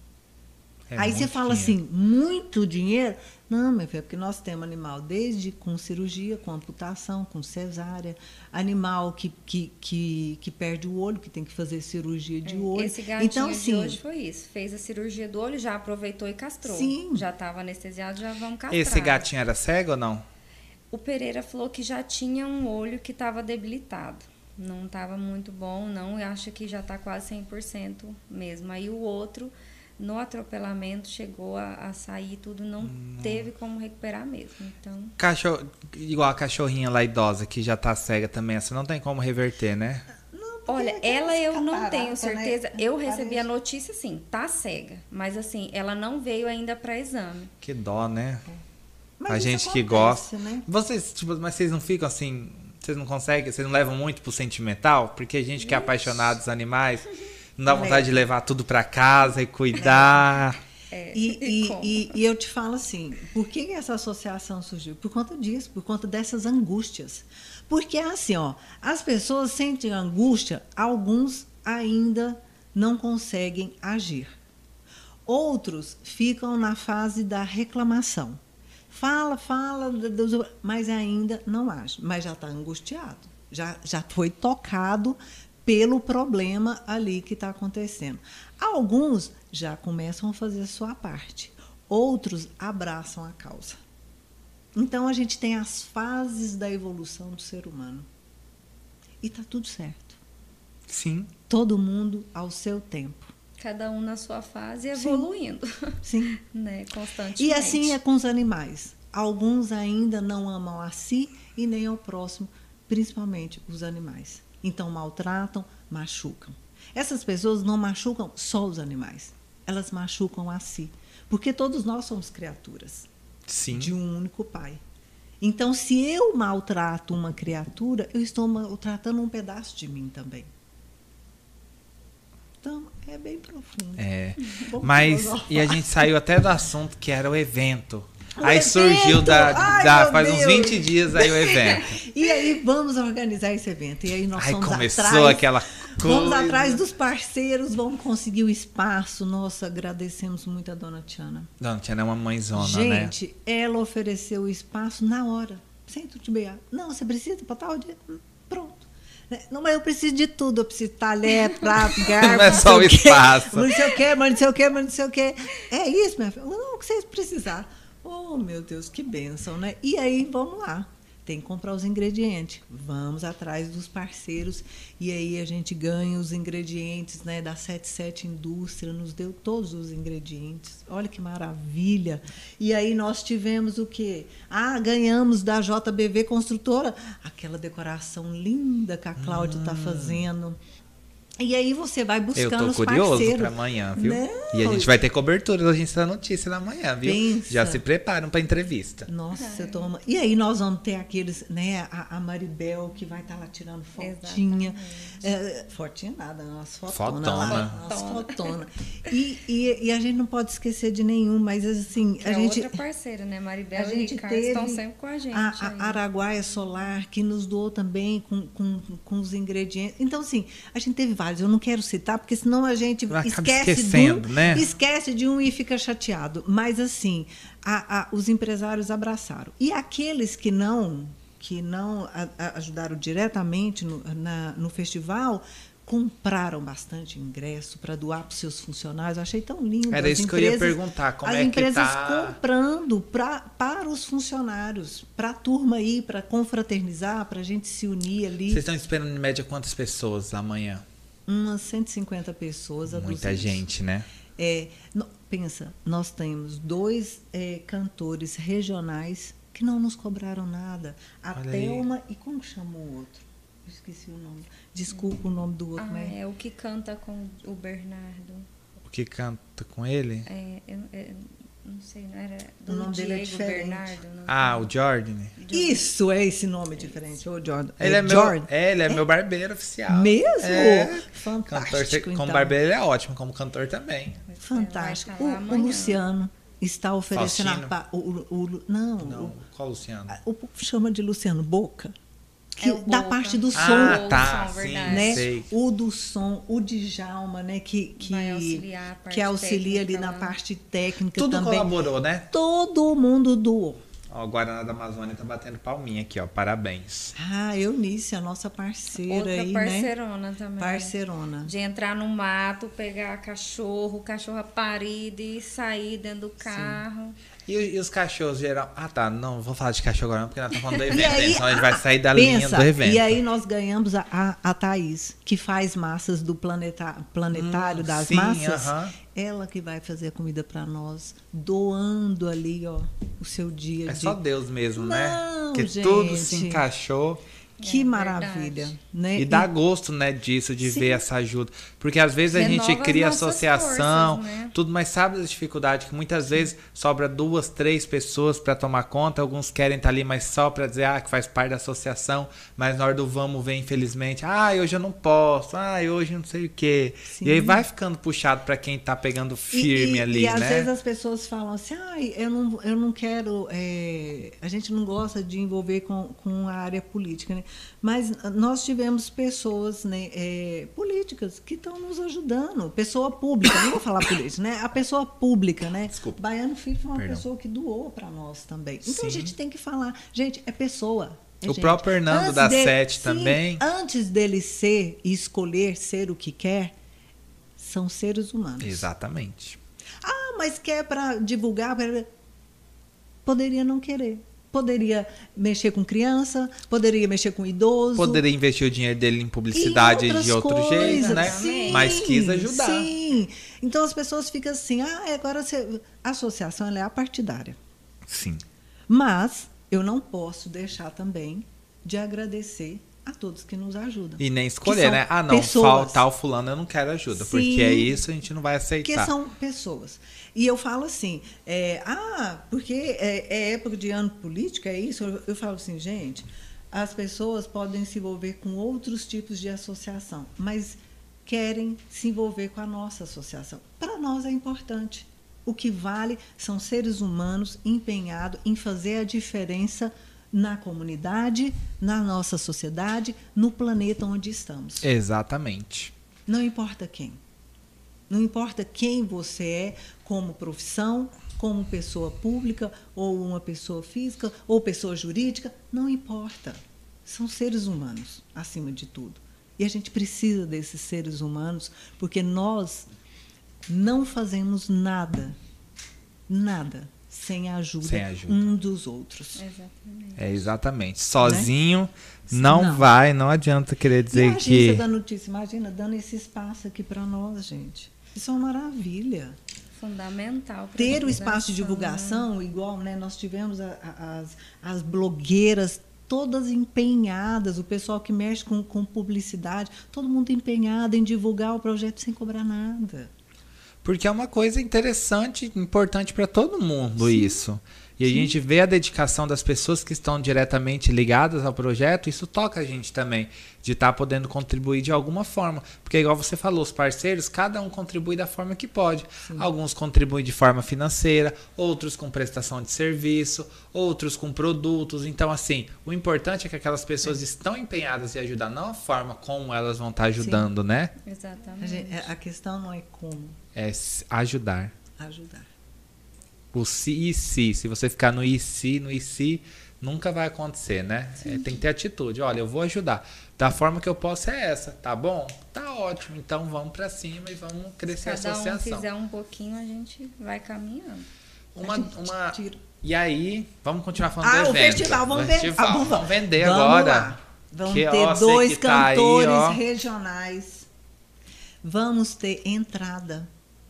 É aí você fala dinheiro. Assim, muito dinheiro? Não, meu filho, é porque nós temos animal desde com cirurgia, com amputação, com cesárea, animal que, que, que, que perde o olho, que tem que fazer cirurgia de é, olho. Esse gatinho então, de sim, hoje foi isso, fez a cirurgia do olho, já aproveitou e castrou. Sim. Já estava anestesiado, já vamos castrar. Esse gatinho era cego ou não? O Pereira falou que já tinha um olho que estava debilitado. Não estava muito bom, não. Eu acho que já está quase cem por cento mesmo. Aí o outro... No atropelamento, chegou a, a sair tudo, não hum. teve como recuperar mesmo. Então... Cachorro, igual a cachorrinha lá idosa, que já tá cega também, essa não tem como reverter, né? Não, olha, ela eu não parada, tenho certeza. Né? Eu recebi a notícia, assim, tá cega. Mas, assim, ela não veio ainda para exame. Que dó, né? Mas a isso gente que acontece, gosta. né? Vocês, tipo, mas vocês não ficam assim, vocês não conseguem, vocês não levam muito pro sentimental? Porque a gente que é apaixonado dos animais, não dá vontade de levar tudo pra casa e cuidar. É, E, e e, como? e, e eu te falo assim, por que essa associação surgiu? Por conta disso, por conta dessas angústias. Porque assim, ó, as pessoas sentem angústia, alguns ainda não conseguem agir. Outros ficam na fase da reclamação. Fala, fala, mas ainda não age, mas já está angustiado, já, já foi tocado pelo problema ali que está acontecendo. Alguns já começam a fazer a sua parte, outros abraçam a causa. Então, a gente tem as fases da evolução do ser humano. E está tudo certo. Sim. Todo mundo ao seu tempo. Cada um na sua fase Sim. evoluindo. Sim. Né? Constantemente. E assim é com os animais. Alguns ainda não amam a si e nem ao próximo, principalmente os animais. Então, maltratam, machucam. Essas pessoas não machucam só os animais. Elas machucam a si. Porque todos nós somos criaturas. Sim. De um único pai. Então, se eu maltrato uma criatura, eu estou maltratando um pedaço de mim também. Então, é bem profundo. É. Um pouco Mas, filosófico. e a gente saiu até do assunto que era o evento. O aí evento! surgiu da, Ai, da meu faz uns Deus! vinte dias aí o evento. E aí, vamos organizar esse evento. E aí, nós Aí fomos começou atrás. aquela coisa. Vamos atrás dos parceiros, vamos conseguir o espaço. Nossa, agradecemos muito a dona Tiana. Dona Tiana é uma mãezona, né? Gente, ela ofereceu o espaço na hora, sem titubear. Não, você precisa para tal dia? Pronto. Não, mas eu preciso de tudo. Eu preciso de talher, prato, garfo. Não é só o espaço. Não sei o quê, mas não sei o quê, mas não sei o quê. É isso, minha filha? Não, o que vocês precisarem. Oh, meu Deus, que bênção, né? E aí, vamos lá. Tem que comprar os ingredientes. Vamos atrás dos parceiros. E aí a gente ganha os ingredientes, né, da setenta e sete Indústria, nos deu todos os ingredientes. Olha que maravilha. E aí nós tivemos o quê? Ah, ganhamos da J B V Construtora aquela decoração linda que a Cláudia está hum. fazendo. E aí você vai buscando Eu tô os curioso parceiros. para amanhã, viu? Não. E a gente vai ter cobertura da Agência da Notícia na manhã, viu? Pensa. Já se preparam para entrevista. Nossa, você toma. E aí nós vamos ter aqueles, né, a, a Maribel que vai estar tá lá tirando fotinha. É, fotinha nada, umas fotonas Fotona. lá. Umas fotona. E, e, e a gente não pode esquecer de nenhum, mas assim, que a é gente... outra parceira, né? Maribel a gente e Ricardo teve estão sempre com a gente. A, a Araguaia Solar, que nos doou também com, com, com os ingredientes. Então, assim, a gente teve vários. Eu não quero citar, porque senão a gente Acaba esquece esquecendo, de um, né? esquece de um e fica chateado. Mas, assim, a, a, os empresários abraçaram. E aqueles que não, que não a, a ajudaram diretamente no, na, no festival, compraram bastante ingresso para doar para os seus funcionários. Eu achei tão lindo. Era as isso empresas, que eu ia perguntar. Como as é que empresas tá... comprando pra, para os funcionários, para a turma aí, para confraternizar, para a gente se unir ali. Vocês estão esperando, em média, quantas pessoas amanhã? Umas cento e cinquenta pessoas. Muita duzentos. gente, né? É, no, pensa, nós temos dois é, cantores regionais que não nos cobraram nada. A Olha Thelma aí. e como chamou o outro? Eu esqueci o nome. Desculpa o nome do outro. Ah, mas... é o que canta com o Bernardo. O que canta com ele? É, eu, eu não sei, não era do O nome Diego dele é diferente. Bernardo? Não Ah, sei. o Jordan. Isso, é esse nome diferente. O Jordan. Ele é, meu, Jordan. é, ele é, é meu barbeiro oficial. Mesmo? É. Fantástico. Cantor, como então. barbeiro ele é ótimo, como cantor também. Fantástico. Vai falar O, o amanhã. Luciano está oferecendo Faustino? a pa- o, o, o- não, Não, o, qual Luciano? o povo chama de Luciano Boca, que É o da Boca. parte do som, Ah, o tá, som, sim, verdade. né? sei. O do som, o Djalma, né? Que, que, Vai auxiliar a parte que auxilia ali técnica na lá. parte técnica Tudo também. colaborou, né? Todo mundo doou. Ó, o Guaraná da Amazônia tá batendo palminha aqui, ó. Parabéns. Ah, Eunice, a nossa parceira Outra aí, parceirona né? também. Parceirona. De entrar no mato, pegar cachorro, o cachorro aparido e sair dentro do carro. E, e os cachorros geral? Ah, tá. Não vou falar de cachorro agora, não, porque nós estamos falando do evento. E aí, Senão a gente vai sair da linha pensa, do evento. E aí nós ganhamos a, a, a Thaís, que faz massas do planeta, planetário Hum, das sim, massas. aham. Ela que vai fazer a comida para nós, doando ali, ó, o seu dia É de... só Deus mesmo, né? Não, Porque gente. tudo se encaixou. Que É maravilha, verdade. né? E dá gosto, né, disso, de Sim. ver essa ajuda. Porque às vezes a Renova gente as cria nossas associação, forças, né? tudo, mas sabe da dificuldade que muitas vezes sobra duas, três pessoas para tomar conta. Alguns querem estar ali, mas só para dizer ah, que faz parte da associação. Mas na hora do vamos ver, infelizmente, ah, hoje eu não posso, ah, hoje não sei o quê. Sim. E aí vai ficando puxado para quem tá pegando firme e, e, ali, e né? às vezes as pessoas falam assim, ah, eu não, eu não quero, é, a gente não gosta de envolver com, com a área política, né? Mas nós tivemos pessoas, né, é, políticas que estão nos ajudando, pessoa pública, não vou falar política, né? A pessoa pública, né? Desculpa. Baiano Filho foi uma Perdão. pessoa que doou para nós também. Então Sim. a gente tem que falar, gente, é pessoa. É O gente. próprio Hernando Antes da dele- Sete sim, também. Antes dele ser e escolher ser o que quer, são seres humanos. Exatamente. Ah, mas quer para divulgar? pra- Poderia não querer. Poderia mexer com criança, poderia mexer com idoso. Poderia investir o dinheiro dele em publicidade em outras de outro coisas. jeito, né? Sim, Mas quis ajudar. Sim. Então as pessoas ficam assim, ah, agora você... a associação ela é apartidária. Sim. Mas eu não posso deixar também de agradecer a todos que nos ajudam. E nem Que escolher, são né? Ah, não, pessoas. faltar o fulano eu não quero ajuda, Sim. porque é isso, a gente não vai Porque aceitar. são pessoas. E eu falo assim, é, ah, porque é, é época de ano político, é isso? Eu, eu falo assim, gente, as pessoas podem se envolver com outros tipos de associação, mas querem se envolver com a nossa associação. Para nós é importante. O que vale são seres humanos empenhados em fazer a diferença na comunidade, na nossa sociedade, no planeta onde estamos. Exatamente. Não importa quem. Não importa quem você é como profissão, como pessoa pública, ou uma pessoa física, ou pessoa jurídica, não importa. São seres humanos, acima de tudo. E a gente precisa desses seres humanos, porque nós não fazemos nada, nada, sem a ajuda, Sem ajuda. um dos outros. Exatamente. É exatamente. Sozinho não, Não. vai, não adianta querer E a dizer agência que. da notícia, imagina, dando esse espaço aqui para nós, gente. Isso é uma maravilha. Fundamental. pra Ter o espaço de divulgação. divulgação, igual, né, nós tivemos a- a- as, as blogueiras todas empenhadas, o pessoal que mexe com, com publicidade, todo mundo empenhado em divulgar o projeto sem cobrar nada. Porque é uma coisa interessante, importante para todo mundo isso. E a Sim. gente vê a dedicação das pessoas que estão diretamente ligadas ao projeto, isso toca a gente também, de estar podendo contribuir de alguma forma. Porque, igual você falou, os parceiros, cada um contribui da forma que pode. Alguns contribuem de forma financeira, outros com prestação de serviço, outros com produtos. Então, assim, o importante é que aquelas pessoas estão empenhadas em ajudar, não a forma como elas vão estar ajudando, né? A, Exatamente. gente- a questão não é como É s- ajudar. ajudar. O se e se. Se você ficar no e se, no e se, nunca vai acontecer, né? É, tem que ter atitude. Olha, eu vou ajudar. Da forma que eu posso é essa, tá bom? Tá ótimo. Então vamos pra cima e vamos crescer Se a cada um associação. fizer um pouquinho, a gente vai caminhando. Uma, A gente uma... tira. E aí, vamos continuar falando Ah, do o evento. festival, vamos Do ver. festival. Ah, vamos, vender vamos agora. lá. Vamos Que, ter ó, sei dois que tá aí, cantores ó. regionais. Vamos ter entrada.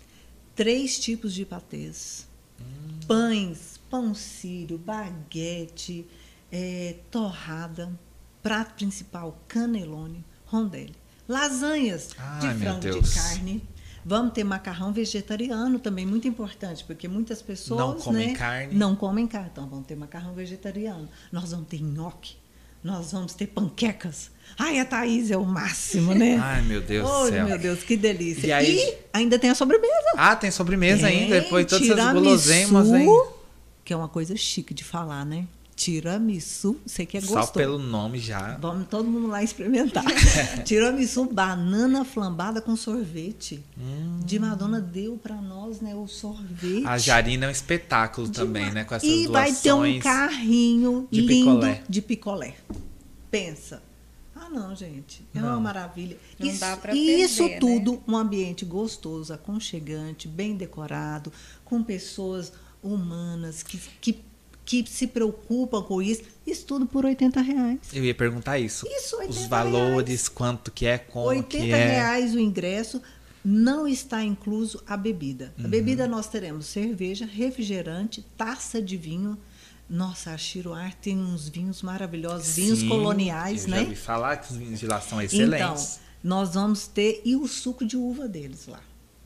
Três tipos de patês. Hum. Pães, pão sírio, baguete, eh, torrada. Prato principal, canelone, rondelli. Lasanhas Ai, de meu frango Deus. de carne. Vamos ter macarrão vegetariano também, muito importante, porque muitas pessoas Não comem né, carne. não comem carne. Então, vamos ter macarrão vegetariano. Nós vamos ter nhoque. Nós vamos ter panquecas. Ai, a Thaís é o máximo, né? Ai, meu Deus do Oh, céu. meu Deus, que delícia. E E, aí- ainda tem a sobremesa. Ah, tem sobremesa Tem ainda, depois de todas essas tiramisu, guloseimas, hein? que é uma coisa chique de falar, né? Tiramisu, sei que é gostoso. Só pelo nome já. Vamos todo mundo lá experimentar. Tiramisu, banana flambada com sorvete. De Madonna deu para nós, né, o sorvete. A Jarina é um espetáculo também, Demais. né? Com essas E vai ter um doações. carrinho de lindo picolé. de picolé. Pensa. Ah, não, gente. É Não. uma maravilha. Não isso, dá pra e isso perder, tudo, um ambiente gostoso, aconchegante, bem decorado, com pessoas humanas que, que, que se preocupam com isso. Isso tudo por oitenta reais. Eu ia perguntar isso. Isso, oitenta Os valores, quanto que é, como oitenta que é. reais o ingresso, não está incluso a bebida. A bebida nós teremos cerveja, refrigerante, taça de vinho, Nossa, a Chiroar tem uns vinhos maravilhosos, Sim, vinhos coloniais, eu né? já ouvi falar que os vinhos de lá são excelentes. Então, nós vamos ter e o suco de uva deles lá.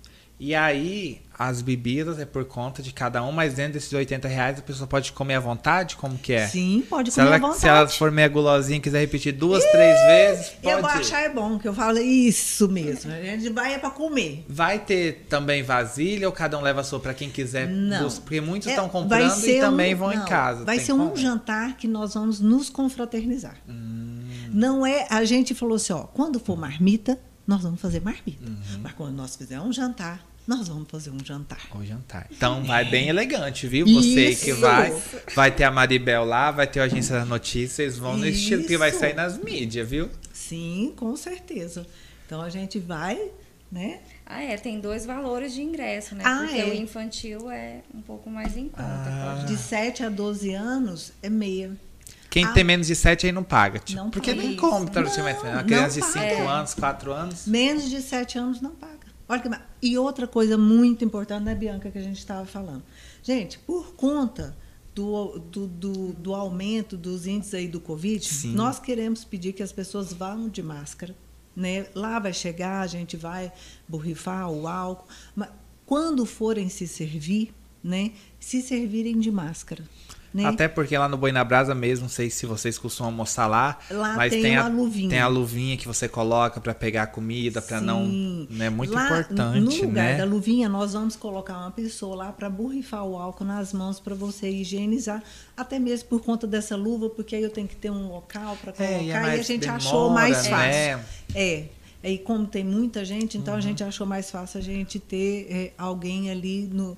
E aí, as bebidas é por conta de cada um, mas dentro desses oitenta reais a pessoa pode comer à vontade? Como que é? Sim, pode se comer ela, à vontade. Se ela for meia gulosinha e quiser repetir duas, Ih, três vezes, pode. Eu vou achar é bom, que eu falo isso mesmo. A gente vai é para comer. Vai ter também vasilha ou cada um leva a sua para quem quiser? Não. Porque muitos É, estão comprando e também um, vão não, em casa. Vai Tem ser como? um jantar que nós vamos nos confraternizar. Hum. Não é, a gente falou assim, ó, quando for marmita, nós vamos fazer marmita. Uhum. Mas quando nós fizermos um jantar, nós vamos fazer um jantar. O jantar. Então vai bem elegante, viu? Você Isso. que vai. Vai ter a Maribel lá, vai ter a Agência das Notícias, vão no estilo que vai Isso. sair nas mídias, viu? Sim, com certeza. Então a gente vai, né? Ah, é, tem dois valores de ingresso, né? Ah, Porque é. o infantil é um pouco mais em conta. Ah. pode- De sete a doze anos é meia. Quem Ah. tem menos de sete aí não paga. Tipo, Não porque paga nem isso. come tradicionalmente. Não, Uma não criança de paga. cinco É. anos, quatro anos. Menos de sete anos não paga. Olha que ma- E outra coisa muito importante, né, Bianca, que a gente estava falando. Gente, por conta do, do, do, do aumento dos índices aí do Covid, Sim. nós queremos pedir que as pessoas vão de máscara. Né? Lá vai chegar, a gente vai borrifar o álcool. Mas quando forem se servir, né, se servirem de máscara. Né? Até porque lá no Boi na Brasa mesmo, não sei se vocês costumam almoçar lá, Lá mas tem tem, a, uma luvinha. tem a luvinha que você coloca para pegar a comida, para não... Sim. É muito Lá, importante, no lugar né? da luvinha, nós vamos colocar uma pessoa lá para borrifar o álcool nas mãos para você higienizar, até mesmo por conta dessa luva, porque aí eu tenho que ter um local para colocar, É, e é e a mais gente demora, achou mais fácil. né? É. E como tem muita gente, então Uhum. a gente achou mais fácil a gente ter é, alguém ali no,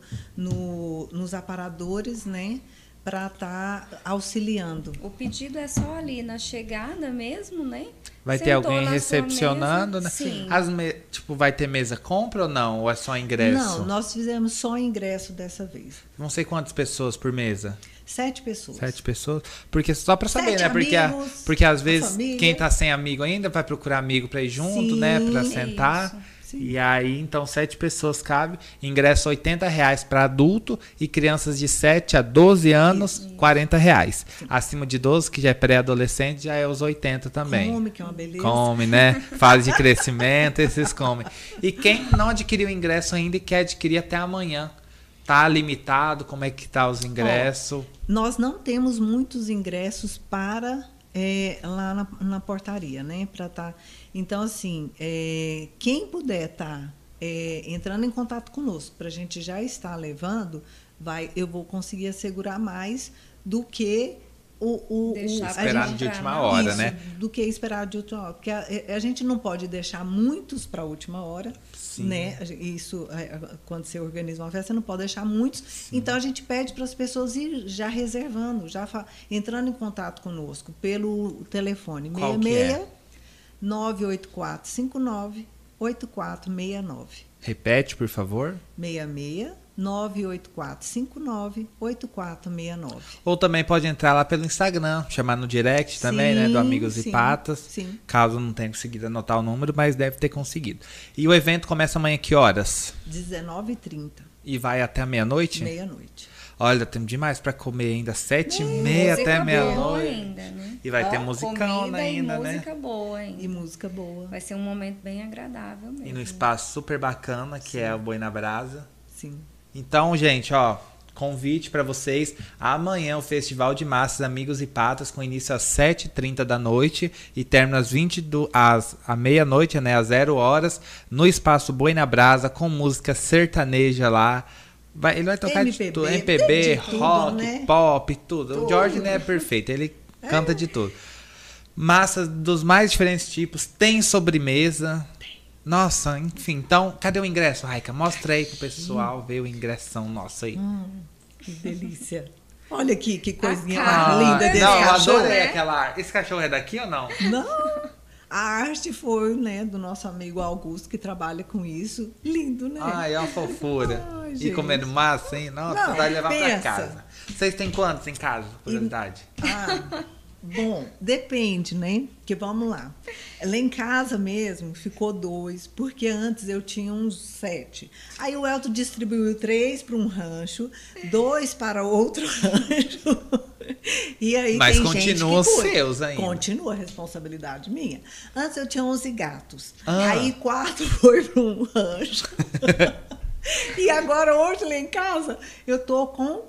no, nos aparadores, né? Para estar tá auxiliando. O pedido é só ali na chegada mesmo, né? Vai ter Sentou alguém na sua recepcionando, mesa. né? Sim. As me... Tipo, vai ter mesa compra ou não? Ou é só ingresso? Não, nós fizemos só ingresso dessa vez. Não sei quantas pessoas por mesa. Sete pessoas. Sete pessoas? Porque só pra saber, Sete né? Porque, a- amigos, porque às a vezes família. quem tá sem amigo ainda vai procurar amigo pra ir junto, Sim, né? Pra isso. sentar. Sim. E aí, então, sete pessoas cabe. Ingresso oitenta reais para adulto e crianças de sete a doze anos, quarenta reais. Acima de doze, que já é pré-adolescente, já é os oitenta também. Come, que é uma beleza. Come, né? Fase de crescimento, esses comem. E quem não adquiriu ingresso ainda e quer adquirir até amanhã, tá limitado? Como é que tá os ingressos? Nós não temos muitos ingressos para é, lá na, na portaria, né? Para tá. Então, assim, é, quem puder estar é, entrando em contato conosco, para a gente já estar levando, vai, eu vou conseguir assegurar mais do que o, o, Deixar o pra Esperado gente de última entrar, hora, isso, né? do que esperado de última hora. Porque a, a gente não pode deixar muitos para a última hora, Sim. né? Isso, é, quando você organiza uma festa, você não pode deixar muitos. Sim. Então, a gente pede para as pessoas ir já reservando, já fa- entrando em contato conosco pelo telefone Qual que é? nove oito quatro cinco nove oito quatro seis nove. Repete, por favor. seis seis nove oito quatro cinco nove oito quatro seis nove. Ou também pode entrar lá pelo Instagram, chamar no direct também, né? Do Sim, Amigos e sim, Patas. sim. Caso não tenha conseguido anotar o número, mas deve ter conseguido. E o evento começa amanhã que horas? dezenove e trinta, E vai até a meia-noite? meia-noite. Olha, temos demais pra comer ainda. Sete e Música meia até boa meia-noite. ainda, né? E vai ter Ó, musicão comida ainda, e né? música boa E ainda. música boa. Vai ser um momento bem agradável mesmo. E no espaço super bacana, que é o Boi na Brasa. Sim. Então, gente, ó, convite para vocês. Amanhã o Festival de Massas Amigos e Patas, com início às sete e trinta da noite e término às vinte do, às, à meia-noite, né, às zero horas, no espaço Boi na Brasa, com música sertaneja lá. Vai, ele vai tocar M P B, de tudo, M P B, de tudo, rock, né? pop, tudo. Tudo. O Jorge, né, é perfeito, ele canta de tudo. Massas dos mais diferentes tipos, tem sobremesa. Nossa, enfim, então, cadê o ingresso, Raika? Mostra aí pro pessoal ver o ingressão nosso aí. Hum, que delícia. Olha aqui, que coisinha cara. mais linda desse não, eu cachorro. adorei né? aquela... Esse cachorro é daqui ou não? Não, a arte foi, né, do nosso amigo Augusto, que trabalha com isso. Lindo, né? Ai, é uma fofura. Ai, E gente. comendo massa, hein? Nossa, Não, vai levar pensa. pra casa. Vocês têm quantos em casa, por curiosidade? Ah, Bom, depende, né? Porque vamos lá. Lá em casa mesmo ficou dois, porque antes eu tinha uns sete. Aí o Elton distribuiu três para um rancho, dois para outro rancho. E aí Mas tem continua gente que cuida. seus ainda. Continua a responsabilidade minha. Antes eu tinha onze gatos. Ah. Aí quatro foi para um rancho. E agora hoje lá em casa eu tô com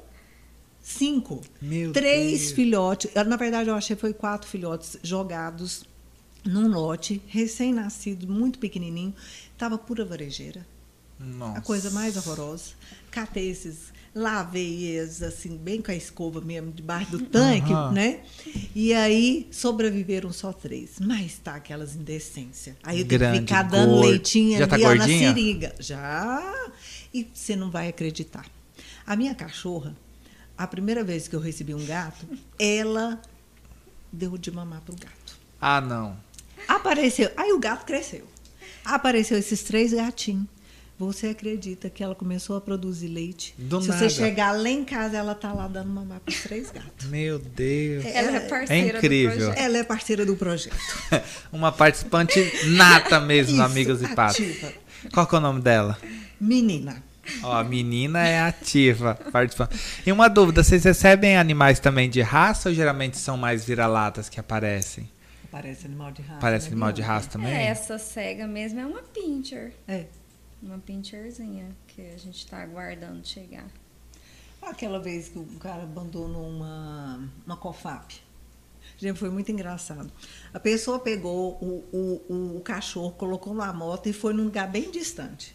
cinco. Meu Três Deus. filhotes. Na verdade, eu achei que foi quatro filhotes jogados num lote, recém-nascido, muito pequenininho. Tava pura varejeira. Nossa. A coisa mais horrorosa. Catei esses, lavei eles assim, bem com a escova mesmo, debaixo do tanque, Aham. né? E aí sobreviveram só três. Mas tá aquelas indecências. Aí eu tenho Grande, que ficar dando gordo. leitinho Já ali, tá ó, na gordinha? seringa. Já. E você não vai acreditar. A minha cachorra, a primeira vez que eu recebi um gato, ela deu de mamar pro gato. Ah, não. Apareceu. Aí o gato cresceu. Apareceu esses três gatinhos. Você acredita que ela começou a produzir leite? Do Se nada. você chegar lá em casa, ela tá lá dando mamar para os três gatos. Meu Deus. Ela é parceira É incrível. do projeto. Ela é parceira do projeto. Uma participante nata mesmo, Isso, Amigas e Patos. ativa. Qual que é o nome dela? Menina. Ó, a menina é ativa, participante. E uma dúvida, vocês recebem animais também de raça ou geralmente são mais vira-latas que aparecem? Parece animal de raça. Parece né, animal de Bianca? raça também? É, essa cega mesmo é uma pincher. É. Uma pincherzinha que a gente tá aguardando chegar. Aquela vez que o cara abandonou uma, uma COFAP. Gente, foi muito engraçado. A pessoa pegou o, o, o cachorro, colocou na moto e foi num lugar bem distante.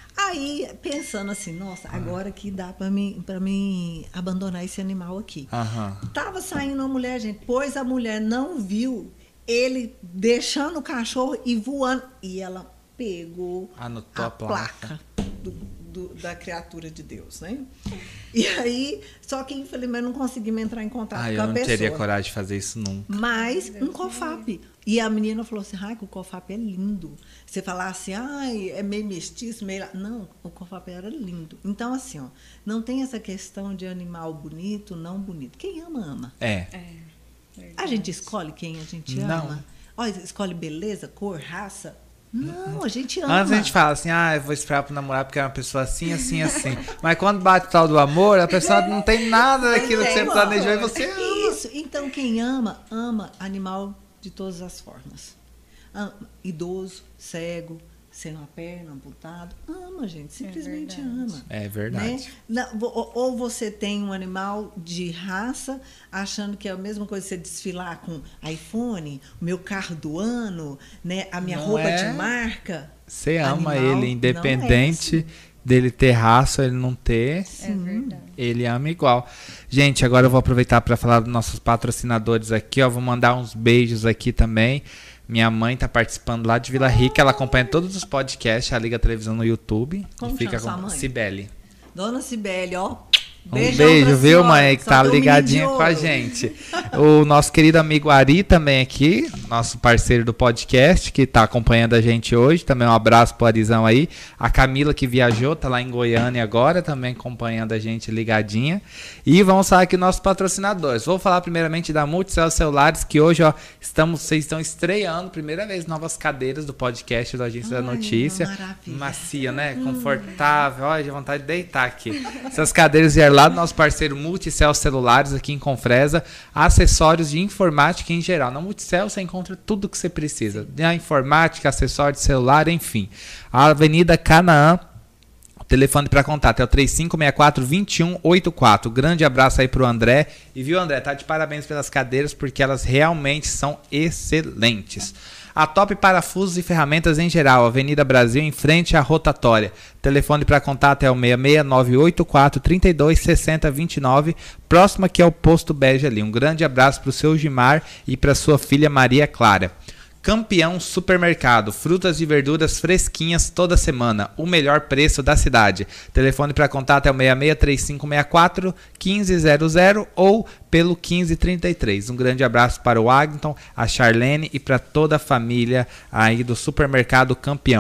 Aí, pensando assim, nossa, agora que dá para mim, para mim abandonar esse animal aqui. Aham. Tava saindo uma mulher, gente, pois a mulher não viu ele deixando o cachorro e voando. E ela pegou Anotou a a placa. placa do, do, da criatura de Deus, né? E aí, só que infelizmente não conseguimos entrar em contato Ah, com eu a não pessoa. teria coragem de fazer isso nunca. Mas um COFAP. E a menina falou assim, ai, que o COFAP é lindo. Você falar assim, ai, é meio mestiço, meio... Não, o COFAP era lindo. Então, assim, ó, não tem essa questão de animal bonito, não bonito. Quem ama, ama. É. É. A verdade. gente escolhe quem a gente Não. ama. Olha, escolhe beleza, cor, raça. Não, a gente ama. Antes a gente fala assim, ah, eu vou esperar pro namorado porque é uma pessoa assim, assim, assim. Mas quando bate o tal do amor, a pessoa não tem nada daquilo que você Não, planejou e você ama. Isso. Então, quem ama, ama animal de todas as formas. Ama, idoso, cego, sem uma perna, amputado. Ama, gente. Simplesmente verdade. ama. É verdade. Né? Na- ou, ou você tem um animal de raça, achando que é a mesma coisa você desfilar com iPhone, o meu carro do ano, né? A minha Não roupa é? de marca. Você ama Animal ele, não é independente assim. dele ter raça, ele não ter. É verdade. Ele ama igual. Gente, agora eu vou aproveitar para falar dos nossos patrocinadores aqui, ó. Vou mandar uns beijos aqui também. Minha mãe tá participando lá de Vila Rica, ela acompanha todos os podcasts, a Liga Televisão no YouTube. Como e fica chama com sua mãe? Cibele. Dona Cibele, ó. Um Beijão beijo, pra viu, senhora, mãe, que só tá tem um ligadinha menino de com a ouro. gente. O nosso querido amigo Ari também aqui, nosso parceiro do podcast, que tá acompanhando a gente hoje. Também um abraço pro Arizão aí. A Camila, que viajou, tá lá em Goiânia agora, também acompanhando a gente ligadinha. E vamos falar aqui dos nossos patrocinadores. Vou falar primeiramente da Multicel Celulares, que hoje, ó, estamos, vocês estão estreando, primeira vez, novas cadeiras do podcast do Agência Ai, da Notícia. uma maravilha. Macia, né? Confortável. Olha, de vontade de deitar aqui. Essas cadeiras vieram lá do nosso parceiro Multicel Celulares aqui em Confresa. Acessórios de informática em geral. Na Multicel você encontra tudo que você precisa. Da informática, acessórios de celular, enfim. A Avenida Canaã. O telefone para contato é o três cinco seis quatro, dois um oito quatro. Grande abraço aí pro André. E viu, André? Tá de parabéns pelas cadeiras, porque elas realmente são excelentes. A Top Parafusos e Ferramentas em geral, Avenida Brasil, em frente à rotatória. Telefone para contato é o seis seis nove oito quatro três dois seis zero dois nove, próximo aqui ao Posto Bege ali. Um grande abraço para o seu Gimar e para sua filha Maria Clara. Campeão Supermercado, frutas e verduras fresquinhas toda semana, o melhor preço da cidade. Telefone para contato é o seis seis três cinco seis quatro um cinco zero zero ou pelo quinze trinta e três. Um grande abraço para o Agton, a Charlene e para toda a família aí do Supermercado Campeão.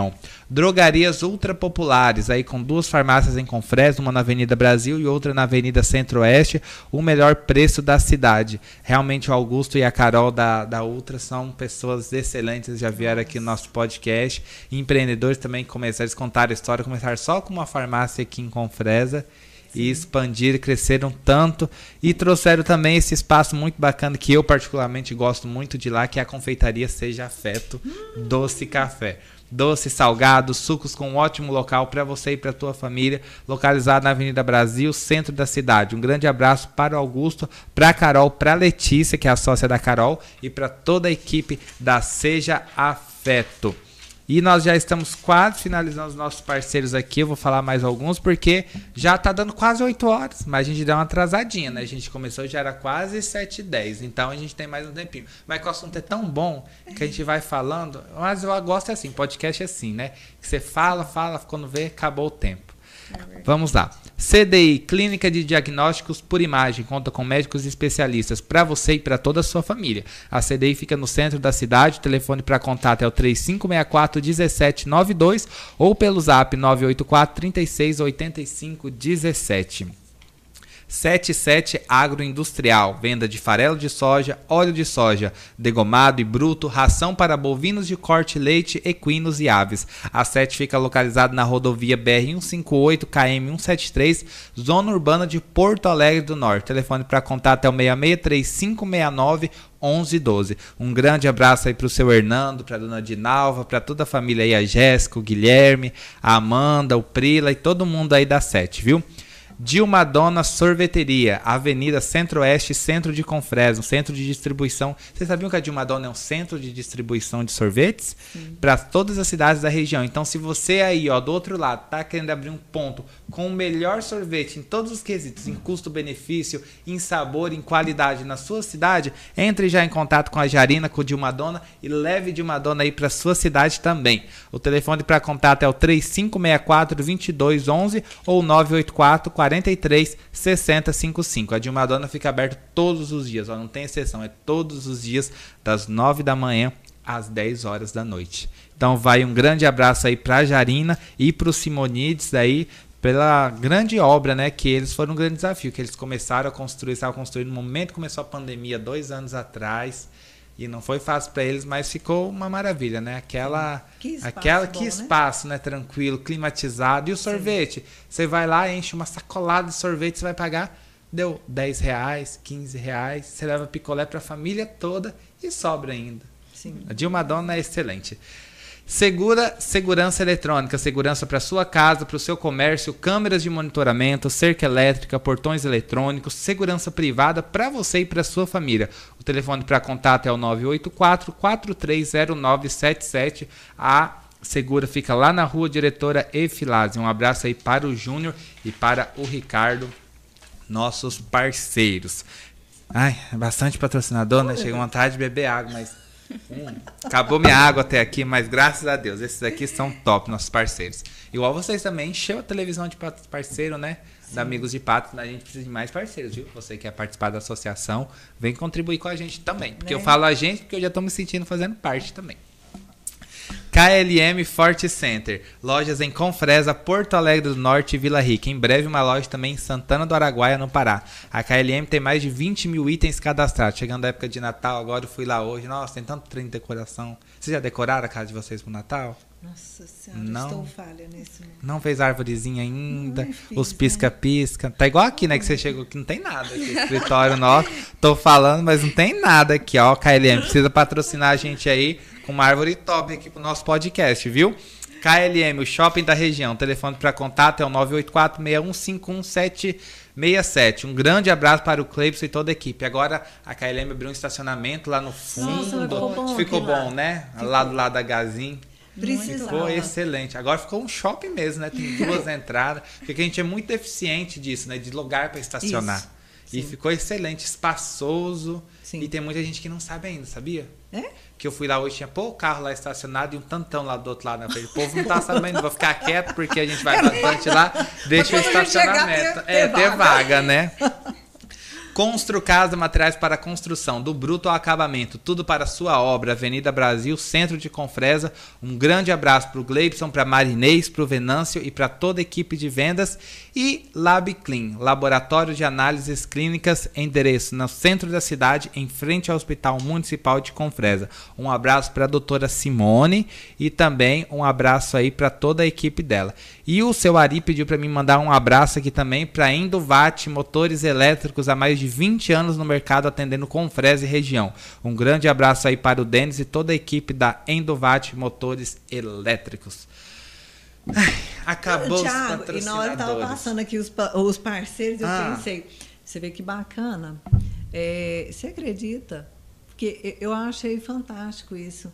Drogarias Ultra Populares, aí com duas farmácias em Confresa, uma na Avenida Brasil e outra na Avenida Centro-Oeste, o melhor preço da cidade. Realmente o Augusto e a Carol da, da Ultra são pessoas excelentes, já vieram aqui no nosso podcast. Empreendedores também começaram, eles contaram a história, começaram só com uma farmácia aqui em Confresa. Sim. E expandiram, cresceram tanto e trouxeram também esse espaço muito bacana que eu particularmente gosto muito de lá, que é a confeitaria Seja Afeto hum. Doce Café. Doce, salgado, sucos com um ótimo local para você e para a tua família, localizado na Avenida Brasil, centro da cidade. Um grande abraço para o Augusto, para a Carol, para a Letícia, que é a sócia da Carol, e para toda a equipe da Seja Afeto. E nós já estamos quase finalizando os nossos parceiros aqui. Eu vou falar mais alguns, porque já está dando quase oito horas. Mas a gente deu uma atrasadinha, né? A gente começou, já era quase sete e dez. Então a gente tem mais um tempinho. Mas o assunto é tão bom que a gente vai falando. Mas eu gosto assim, podcast é assim, né? Que você fala, fala, quando vê, acabou o tempo. É Vamos lá. C D I, Clínica de Diagnósticos por Imagem, conta com médicos e especialistas para você e para toda a sua família. A C D I fica no centro da cidade, o telefone para contato é o três cinco seis quatro, um sete nove dois ou pelo zap nove oito quatro, três seis oito cinco um sete. setenta e sete Agroindustrial, venda de farelo de soja, óleo de soja, degomado e bruto, ração para bovinos de corte, leite, equinos e aves. A sete fica localizada na rodovia B R cento e cinquenta e oito, K M cento e setenta e três, zona urbana de Porto Alegre do Norte. Telefone para contato é o seis seis três cinco seis nove um um um dois. Um grande abraço aí para o seu Hernando, para a dona Dinalva, para toda a família aí, a Jéssica, o Guilherme, a Amanda, o Prila e todo mundo aí da sete, viu? Dilma Dona Sorveteria, Avenida Centro-Oeste, Centro de Confresa, um centro de distribuição. Vocês sabiam que a Dilma Dona é um centro de distribuição de sorvetes? Para todas as cidades da região. Então, se você aí, ó, do outro lado, tá querendo abrir um ponto com o melhor sorvete em todos os quesitos, em custo-benefício, em sabor, em qualidade na sua cidade, entre já em contato com a Jarina, com o Dilma Dona e leve Dilma Dona aí para sua cidade também. O telefone para contato é o três cinco seis quatro, dois dois um um ou nove oito quatro, quatro três seis zero cinco cinco. A Dilma Dona fica aberta todos os dias, ó, não tem exceção, é todos os dias das nove da manhã às dez horas da noite. Então vai um grande abraço aí para a Jarina e para o Simonides aí pela grande obra, né, que eles foram um grande desafio, que eles começaram a construir, estavam construindo no momento que começou a pandemia, dois anos atrás. E não foi fácil para eles, mas ficou uma maravilha, né? Aquela, que espaço, aquela, bom, que espaço, né? né? Tranquilo, climatizado. E o sorvete? Você vai lá, enche uma sacolada de sorvete, você vai pagar, deu dez reais, quinze reais. Você leva picolé para a família toda e sobra ainda. Sim. A Dilma Dona é excelente. Segura Segurança Eletrônica, segurança para sua casa, para o seu comércio, câmeras de monitoramento, cerca elétrica, portões eletrônicos, segurança privada para você e para sua família. O telefone para contato é o nove oito quatro, quatro três zero nove sete sete. A Segura fica lá na rua Diretora Efilásio. Um abraço aí para o Júnior e para o Ricardo, nossos parceiros. Ai, bastante patrocinador, né? Chega vontade de beber água, mas... Hum, acabou minha água até aqui, mas graças a Deus, esses aqui são top, nossos parceiros. Igual vocês também, encheu a televisão de parceiro, né? Sim. Da Amigos de Pato, a gente precisa de mais parceiros, viu? Você que quer participar da associação, vem contribuir com a gente também. Porque né? Eu falo a gente porque eu já estou me sentindo fazendo parte também. K L M Forte Center, lojas em Confresa, Porto Alegre do Norte e Vila Rica. Em breve uma loja também em Santana do Araguaia, no Pará. A K L M tem mais de vinte mil itens cadastrados. Chegando a época de Natal, agora eu fui lá hoje. Nossa, tem tanto trem de decoração. Vocês já decoraram a casa de vocês pro Natal? Nossa Senhora, não, estou falha nesse momento. Não fez árvorezinha ainda, não, fiz, os pisca-pisca. Né? Tá igual aqui, né, que você chegou aqui, não tem nada aqui. Escritório nosso, tô falando, mas não tem nada aqui, ó. K L M precisa patrocinar a gente aí com uma árvore top aqui pro nosso podcast, viu? K L M, o shopping da região. O telefone para contato é o nove oito quatro, seis um cinco um sete seis sete. Um grande abraço para o Cleibson e toda a equipe. Agora a K L M abriu um estacionamento lá no fundo. Nossa, ficou bom, ficou bom né? Ficou. Lá do lado da Gazin. Precisava. Ficou excelente. Agora ficou um shopping mesmo, né? Tem duas entradas. Porque a gente é muito deficiente disso, né? De lugar para estacionar. Isso. E sim. Ficou excelente, espaçoso. Sim. E tem muita gente que não sabe ainda, sabia? É? Que eu fui lá hoje, tinha pouco carro lá estacionado e um tantão lá do outro lado. Né? Eu falei, o povo não tá sabendo, vou ficar quieto porque a gente vai bastante lá. Deixa o estacionamento. Ter, ter é, ter vaga, vaga né? Constru Casa, materiais para construção, do bruto ao acabamento, tudo para sua obra. Avenida Brasil, centro de Confresa. Um grande abraço para o Gleibson, para a Marinês, para o Venâncio e para toda a equipe de vendas. E Lab Clean, laboratório de análises clínicas, endereço no centro da cidade, em frente ao Hospital Municipal de Confresa. Um abraço para a doutora Simone e também um abraço aí para toda a equipe dela. E o seu Ari pediu para mim mandar um abraço aqui também para Endovat, motores elétricos há mais de vinte anos no mercado, atendendo Confresa e região. Um grande abraço aí para o Denis e toda a equipe da Endovat Motores Elétricos. Ai, acabou Thiago, os patrocinadores. E na hora que estava passando aqui os, os parceiros, eu ah. pensei, você vê que bacana. É, você acredita? Porque eu achei fantástico isso.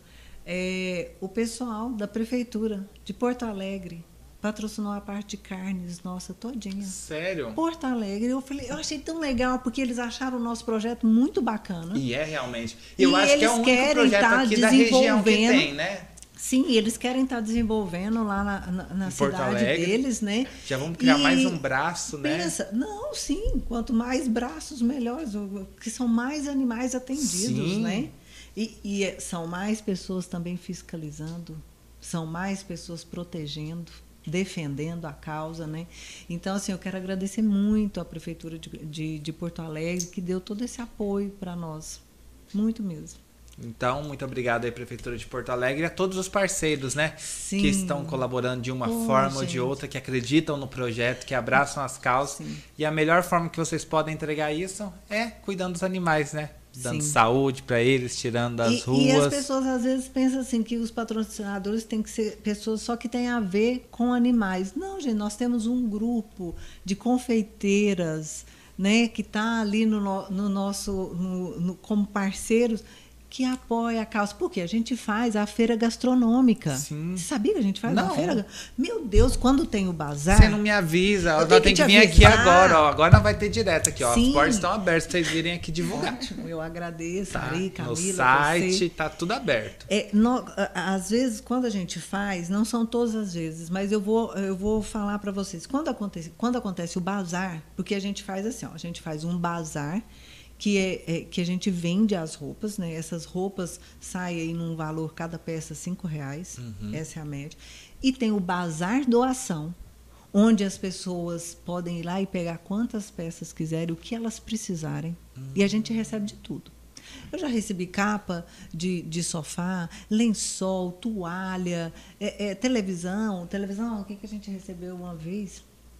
É, o pessoal da Prefeitura de Porto Alegre patrocinou a parte de carnes nossa todinha. Sério? Porto Alegre. Eu falei, eu achei tão legal, porque eles acharam o nosso projeto muito bacana. E é realmente. Eu e acho que é o único projeto tá aqui da região que tem, né? Sim, eles querem estar desenvolvendo lá na, na, na cidade deles, né? Já vamos criar e mais um braço, né? Pensa, não, sim, quanto mais braços, melhores, que são mais animais atendidos, sim. Né? E, e são mais pessoas também fiscalizando, são mais pessoas protegendo, defendendo a causa, né? Então, assim, eu quero agradecer muito à Prefeitura de, de, de Porto Alegre, que deu todo esse apoio para nós, muito mesmo. Então, muito obrigado aí, Prefeitura de Porto Alegre, e a todos os parceiros, né? Sim. Que estão colaborando de uma oh, forma gente. ou de outra, que acreditam no projeto, que abraçam as causas. Sim. E a melhor forma que vocês podem entregar isso é cuidando dos animais, né? Dando Sim. saúde para eles, tirando das e, ruas. E as pessoas às vezes pensam assim que os patrocinadores têm que ser pessoas só que têm a ver com animais. Não, gente, nós temos um grupo de confeiteiras, né, que está ali no, no nosso, no, no, como parceiros, que apoia a causa. Porque a gente faz a feira gastronômica. Sim. Você sabia que a gente faz não. a feira? Meu Deus, quando tem o bazar... Você não me avisa. Ela tem que, que vir aqui agora. Ó. Agora vai ter direto aqui. Ó. Os portos estão abertos para vocês virem aqui divulgar. Ótimo, eu agradeço. Tá. Ari, Camila, no site você. Tá tudo aberto. É, no, às vezes, quando a gente faz, não são todas as vezes, mas eu vou, eu vou falar para vocês. Quando acontece, quando acontece o bazar, porque a gente faz assim, ó, a gente faz um bazar, que, é, é, que a gente vende as roupas, né? Essas roupas saem aí num valor, cada peça, cinco reais. Uhum. Essa é a média. E tem o bazar doação, onde as pessoas podem ir lá e pegar quantas peças quiserem, o que elas precisarem. Uhum. E a gente recebe de tudo. Eu já recebi capa de, de sofá, lençol, toalha, é, é, televisão. Televisão, o que, que a gente recebeu uma vez?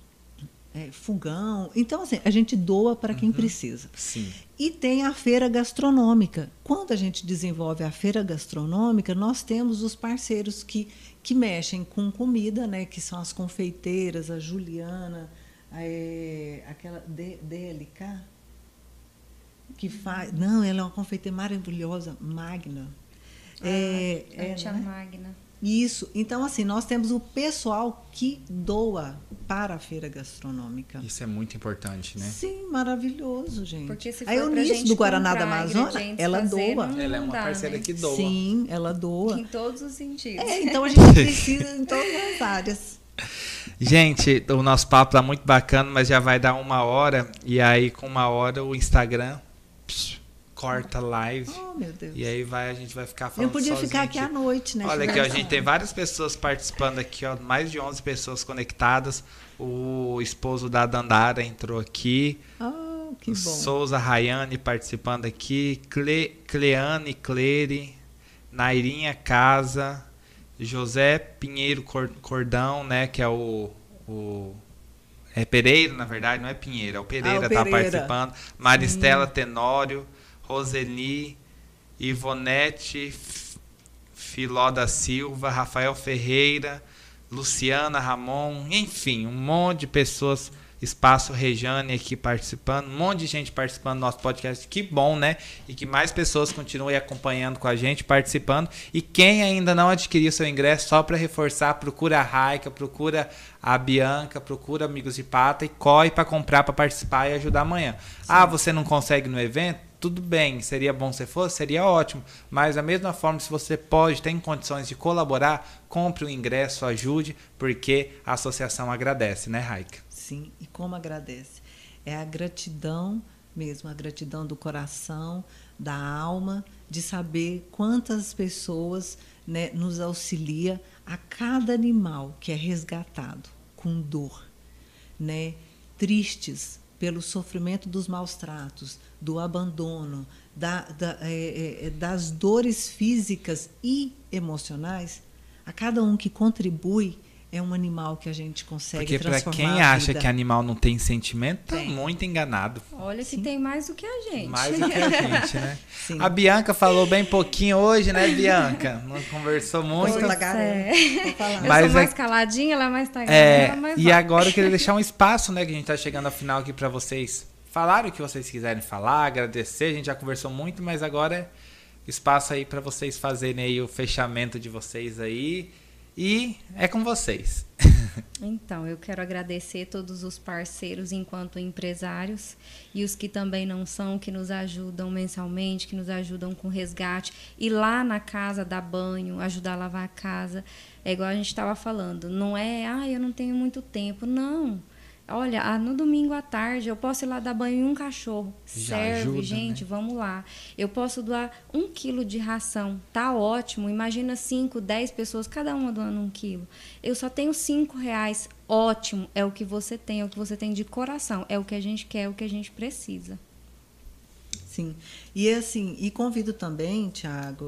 É, fogão. Então, assim, a gente doa para quem uhum. precisa. Sim. E tem a feira gastronômica. Quando a gente desenvolve a feira gastronômica, nós temos os parceiros que, que mexem com comida, né, que são as confeiteiras, a Juliana, a, é, aquela D L K, que faz... Não, ela é uma confeiteira maravilhosa, Magna. Ah, é, é, a tia né? Magna. Isso. Então, assim, nós temos o pessoal que doa para a feira gastronômica. Isso é muito importante, né? Sim, maravilhoso, gente. Porque se for a Eunice do Guaraná da Amazônia, ela fazer, doa. Ela é uma dá, parceira né? que doa. Sim, ela doa. Em todos os sentidos. É, então a gente precisa em todas as áreas. Gente, o nosso papo tá muito bacana, mas já vai dar uma hora. E aí, com uma hora, o Instagram... Psh, corta live. Oh, meu Deus. E aí vai, a gente vai ficar falando Eu podia sozinho ficar aqui à noite, né? Olha aqui, ó, a gente tem várias pessoas participando aqui, ó, mais de onze pessoas conectadas. O esposo da Dandara entrou aqui. Oh, que bom. Souza Rayane participando aqui. Cle, Cleane Cleire. Nairinha Casa. José Pinheiro Cordão, né? Que é o... o é Pereira, na verdade, não é Pinheiro, é o Pereira, ah, o Pereira. Tá participando. Maristela Sim. Tenório. Roseli, Ivonete, Filó da Silva, Rafael Ferreira, Luciana Ramon, enfim, um monte de pessoas, Espaço Rejane aqui participando, um monte de gente participando do nosso podcast, que bom, né? E que mais pessoas continuem acompanhando com a gente, participando. E quem ainda não adquiriu seu ingresso, só para reforçar, procura a Raika, procura a Bianca, procura Amigos de Pata e corre para comprar, para participar e ajudar amanhã. Sim. Ah, você não consegue no evento? Tudo bem, seria bom se fosse, seria ótimo, mas da mesma forma, se você pode, tem condições de colaborar, compre o ingresso, ajude, porque a associação agradece, né, Raika? Sim, e como agradece? É a gratidão mesmo, a gratidão do coração, da alma, de saber quantas pessoas, né, nos auxilia a cada animal que é resgatado com dor, né, tristes pelo sofrimento dos maus tratos, do abandono, da, da, é, é, das dores físicas e emocionais. A cada um que contribui é um animal que a gente consegue Porque transformar. Porque para quem acha que animal não tem sentimento, tá tem. muito enganado. Olha que Sim. tem mais do que a gente. Mais do que a gente, né? Sim. A Bianca falou bem pouquinho hoje, né, Bianca? Não conversou muito. Pois é. Vou falar. Eu Mas sou mais é- caladinha, ela é mais tagada, É, ela é mais e rápida. agora eu queria deixar um espaço, né, que a gente tá chegando ao final aqui para vocês falarem o que vocês quiserem falar, agradecer. A gente já conversou muito, mas agora é espaço aí para vocês fazerem aí o fechamento de vocês aí. E é com vocês. Então, eu quero agradecer todos os parceiros enquanto empresários e os que também não são, que nos ajudam mensalmente, que nos ajudam com resgate. Ir lá na casa dar banho, ajudar a lavar a casa. É igual a gente estava falando, não é, ah, eu não tenho muito tempo. Não. Olha, ah, no domingo à tarde eu posso ir lá dar banho em um cachorro. Já Serve, ajuda, gente, né? vamos lá. Eu posso doar um quilo de ração. Tá ótimo. Imagina cinco, dez pessoas, cada uma doando um quilo. Eu só tenho cinco reais. Ótimo. É o que você tem, é o que você tem de coração. É o que a gente quer, é o que a gente precisa. Sim. E assim, e convido também, Thiago,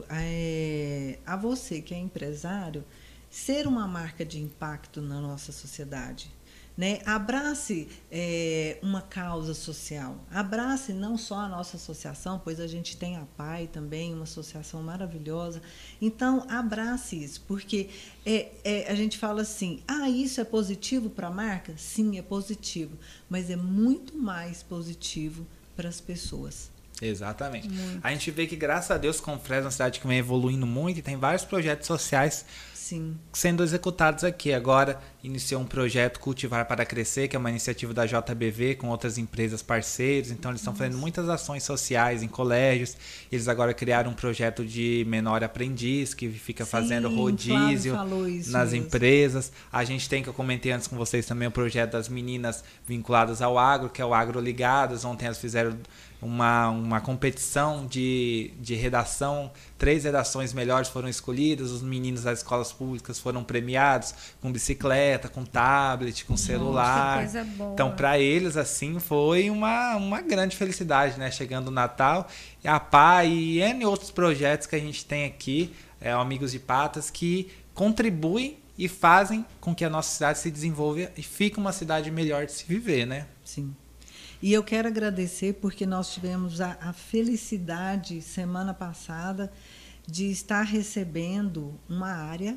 é, a você que é empresário, ser uma marca de impacto na nossa sociedade. Né? Abrace é, uma causa social, abrace não só a nossa associação, pois a gente tem a P A I também, uma associação maravilhosa. Então, abrace isso, porque é, é, a gente fala assim, ah, isso é positivo para a marca? Sim, é positivo, mas é muito mais positivo para as pessoas. Exatamente. Muito. A gente vê que, graças a Deus, Confresa é uma cidade que vem evoluindo muito e tem vários projetos sociais Sim. sendo executados aqui. Agora iniciou um projeto Cultivar para Crescer, que é uma iniciativa da J B V com outras empresas parceiras. Então eles estão fazendo muitas ações sociais em colégios. Eles agora criaram um projeto de menor aprendiz, que fica Sim, fazendo Flávio rodízio falou isso nas mesmo. empresas. A gente tem, que eu comentei antes com vocês também, o projeto das meninas vinculadas ao agro, que é o Agro Ligadas. Ontem elas fizeram uma, uma competição de, de redação. Três redações melhores foram escolhidas. Os meninos das escolas públicas foram premiados com bicicleta, com tablet, com celular. que coisa boa. Então, para eles, assim, foi uma, uma grande felicidade, né? Chegando o Natal, e a P A e N outros projetos que a gente tem aqui, é, Amigos de Patas, que contribuem e fazem com que a nossa cidade se desenvolva e fique uma cidade melhor de se viver, né? Sim. E eu quero agradecer porque nós tivemos a, a felicidade, semana passada, de estar recebendo uma área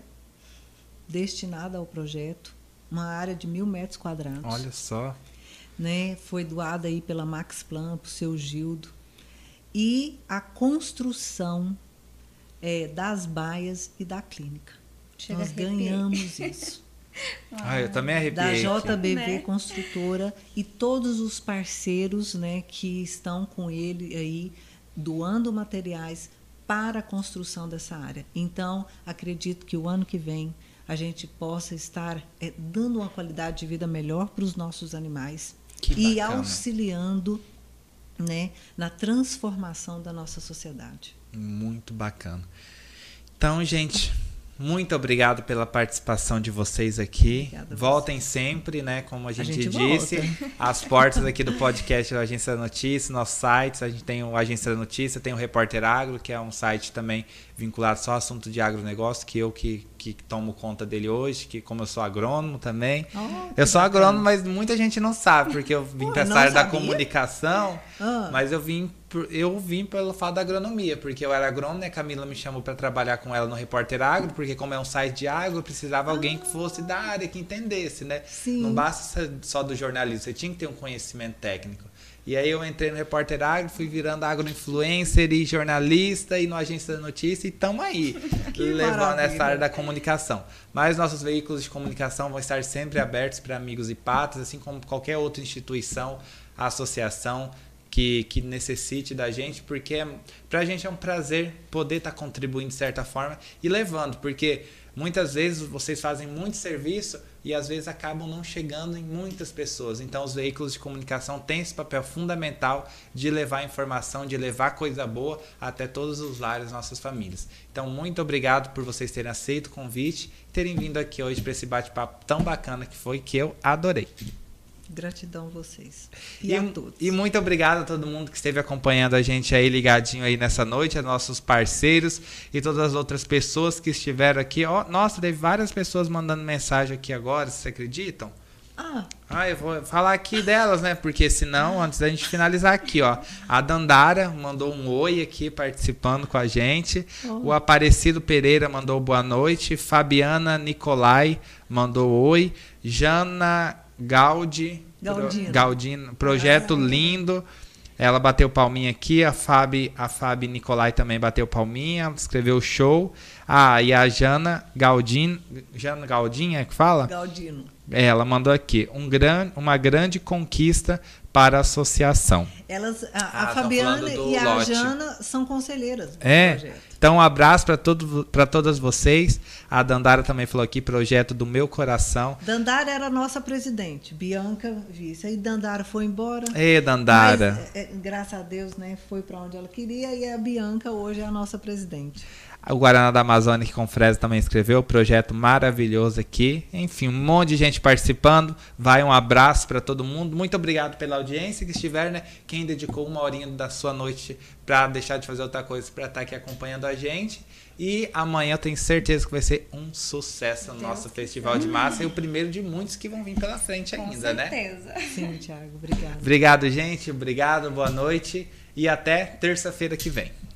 destinada ao projeto, uma área de mil metros quadrados. Olha só. Né? Foi doada aí pela Max Plan, para o seu Gildo. E a construção é, das baias e da clínica. Chega Nós a arrepiar. ganhamos isso. Ah, eu também Da arrepiei. aqui. J B V Né? Construtora e todos os parceiros, né, que estão com ele aí doando materiais para a construção dessa área. Então, acredito que o ano que vem a gente possa estar é, dando uma qualidade de vida melhor para os nossos animais Que e bacana. auxiliando, né, na transformação da nossa sociedade. Muito bacana. Então, gente, muito obrigado pela participação de vocês aqui. Obrigada a Voltem sempre, né? Como a gente, gente disse, volta. as portas aqui do podcast da Agência da Notícia, nossos sites. A gente tem o Agência da Notícia, tem o Repórter Agro, que é um site também vinculado só ao assunto de agronegócio, que eu que, que tomo conta dele hoje, que como eu sou agrônomo também. Oh, eu sou que agrônomo, bacana. mas muita gente não sabe, porque eu vim Pô, para essa não área da sabia? comunicação, Ah. mas eu vim por- eu vim pelo fato da agronomia, porque eu era agrônomo, né? A Camila me chamou para trabalhar com ela no Repórter Agro, porque como é um site de agro, eu precisava alguém que fosse da área, que entendesse, né? Sim. Não basta ser só do jornalismo, você tinha que ter um conhecimento técnico. E aí eu entrei no Repórter Agro, fui virando agroinfluencer e jornalista e no Agência da Notícia e estamos aí, levando maravilha. essa área da comunicação. Mas nossos veículos de comunicação vão estar sempre abertos para amigos e patas, assim como qualquer outra instituição, associação que, que necessite da gente, porque para a gente é um prazer poder estar contribuindo de certa forma e levando, porque muitas vezes vocês fazem muito serviço, e às vezes acabam não chegando em muitas pessoas. Então os veículos de comunicação têm esse papel fundamental de levar informação, de levar coisa boa até todos os lares das nossas famílias. Então muito obrigado por vocês terem aceito o convite e terem vindo aqui hoje para esse bate-papo tão bacana que foi, que eu adorei. Gratidão a vocês e, e a todos. E muito obrigado a todo mundo que esteve acompanhando a gente aí, ligadinho aí nessa noite, a nossos parceiros e todas as outras pessoas que estiveram aqui. Ó, nossa, teve várias pessoas mandando mensagem aqui agora, vocês acreditam? Ah. ah, eu vou falar aqui delas, né? Porque senão, antes da gente finalizar aqui, ó. A Dandara mandou um oi aqui, participando com a gente. Oh. O Aparecido Pereira mandou boa noite. Fabiana Nicolai mandou oi. Jana Gaudi, Galdino. Galdino, projeto ah, lindo. Ela bateu palminha aqui, a Fabi, a Fabi Nicolai também bateu palminha, escreveu show. Ah, e a Jana Galdino, Jana Galdinho é que fala? Galdino. Ela mandou aqui, um gran, uma grande conquista para a associação. Elas, a, a ah, Fabiana e a lote. Jana são conselheiras do é. projeto. Então, um abraço para todo, para todas vocês. A Dandara também falou aqui, projeto do meu coração. Dandara era a nossa presidente, Bianca vice. Aí Dandara foi embora. Ê, Dandara. Mas, é, graças a Deus, né, foi para onde ela queria e a Bianca hoje é a nossa presidente. O Guaraná da Amazônia com Fresa também escreveu, projeto maravilhoso aqui. Enfim, um monte de gente participando. Vai um abraço para todo mundo. Muito obrigado pela audiência que estiver, né? Quem dedicou uma horinha da sua noite para deixar de fazer outra coisa para estar aqui acompanhando a gente. E amanhã eu tenho certeza que vai ser um sucesso no nosso Festival de Massa e o primeiro de muitos que vão vir pela frente com ainda, certeza. né? Sim, Thiago, obrigado. Obrigado, gente. Obrigado, boa noite e até terça-feira que vem.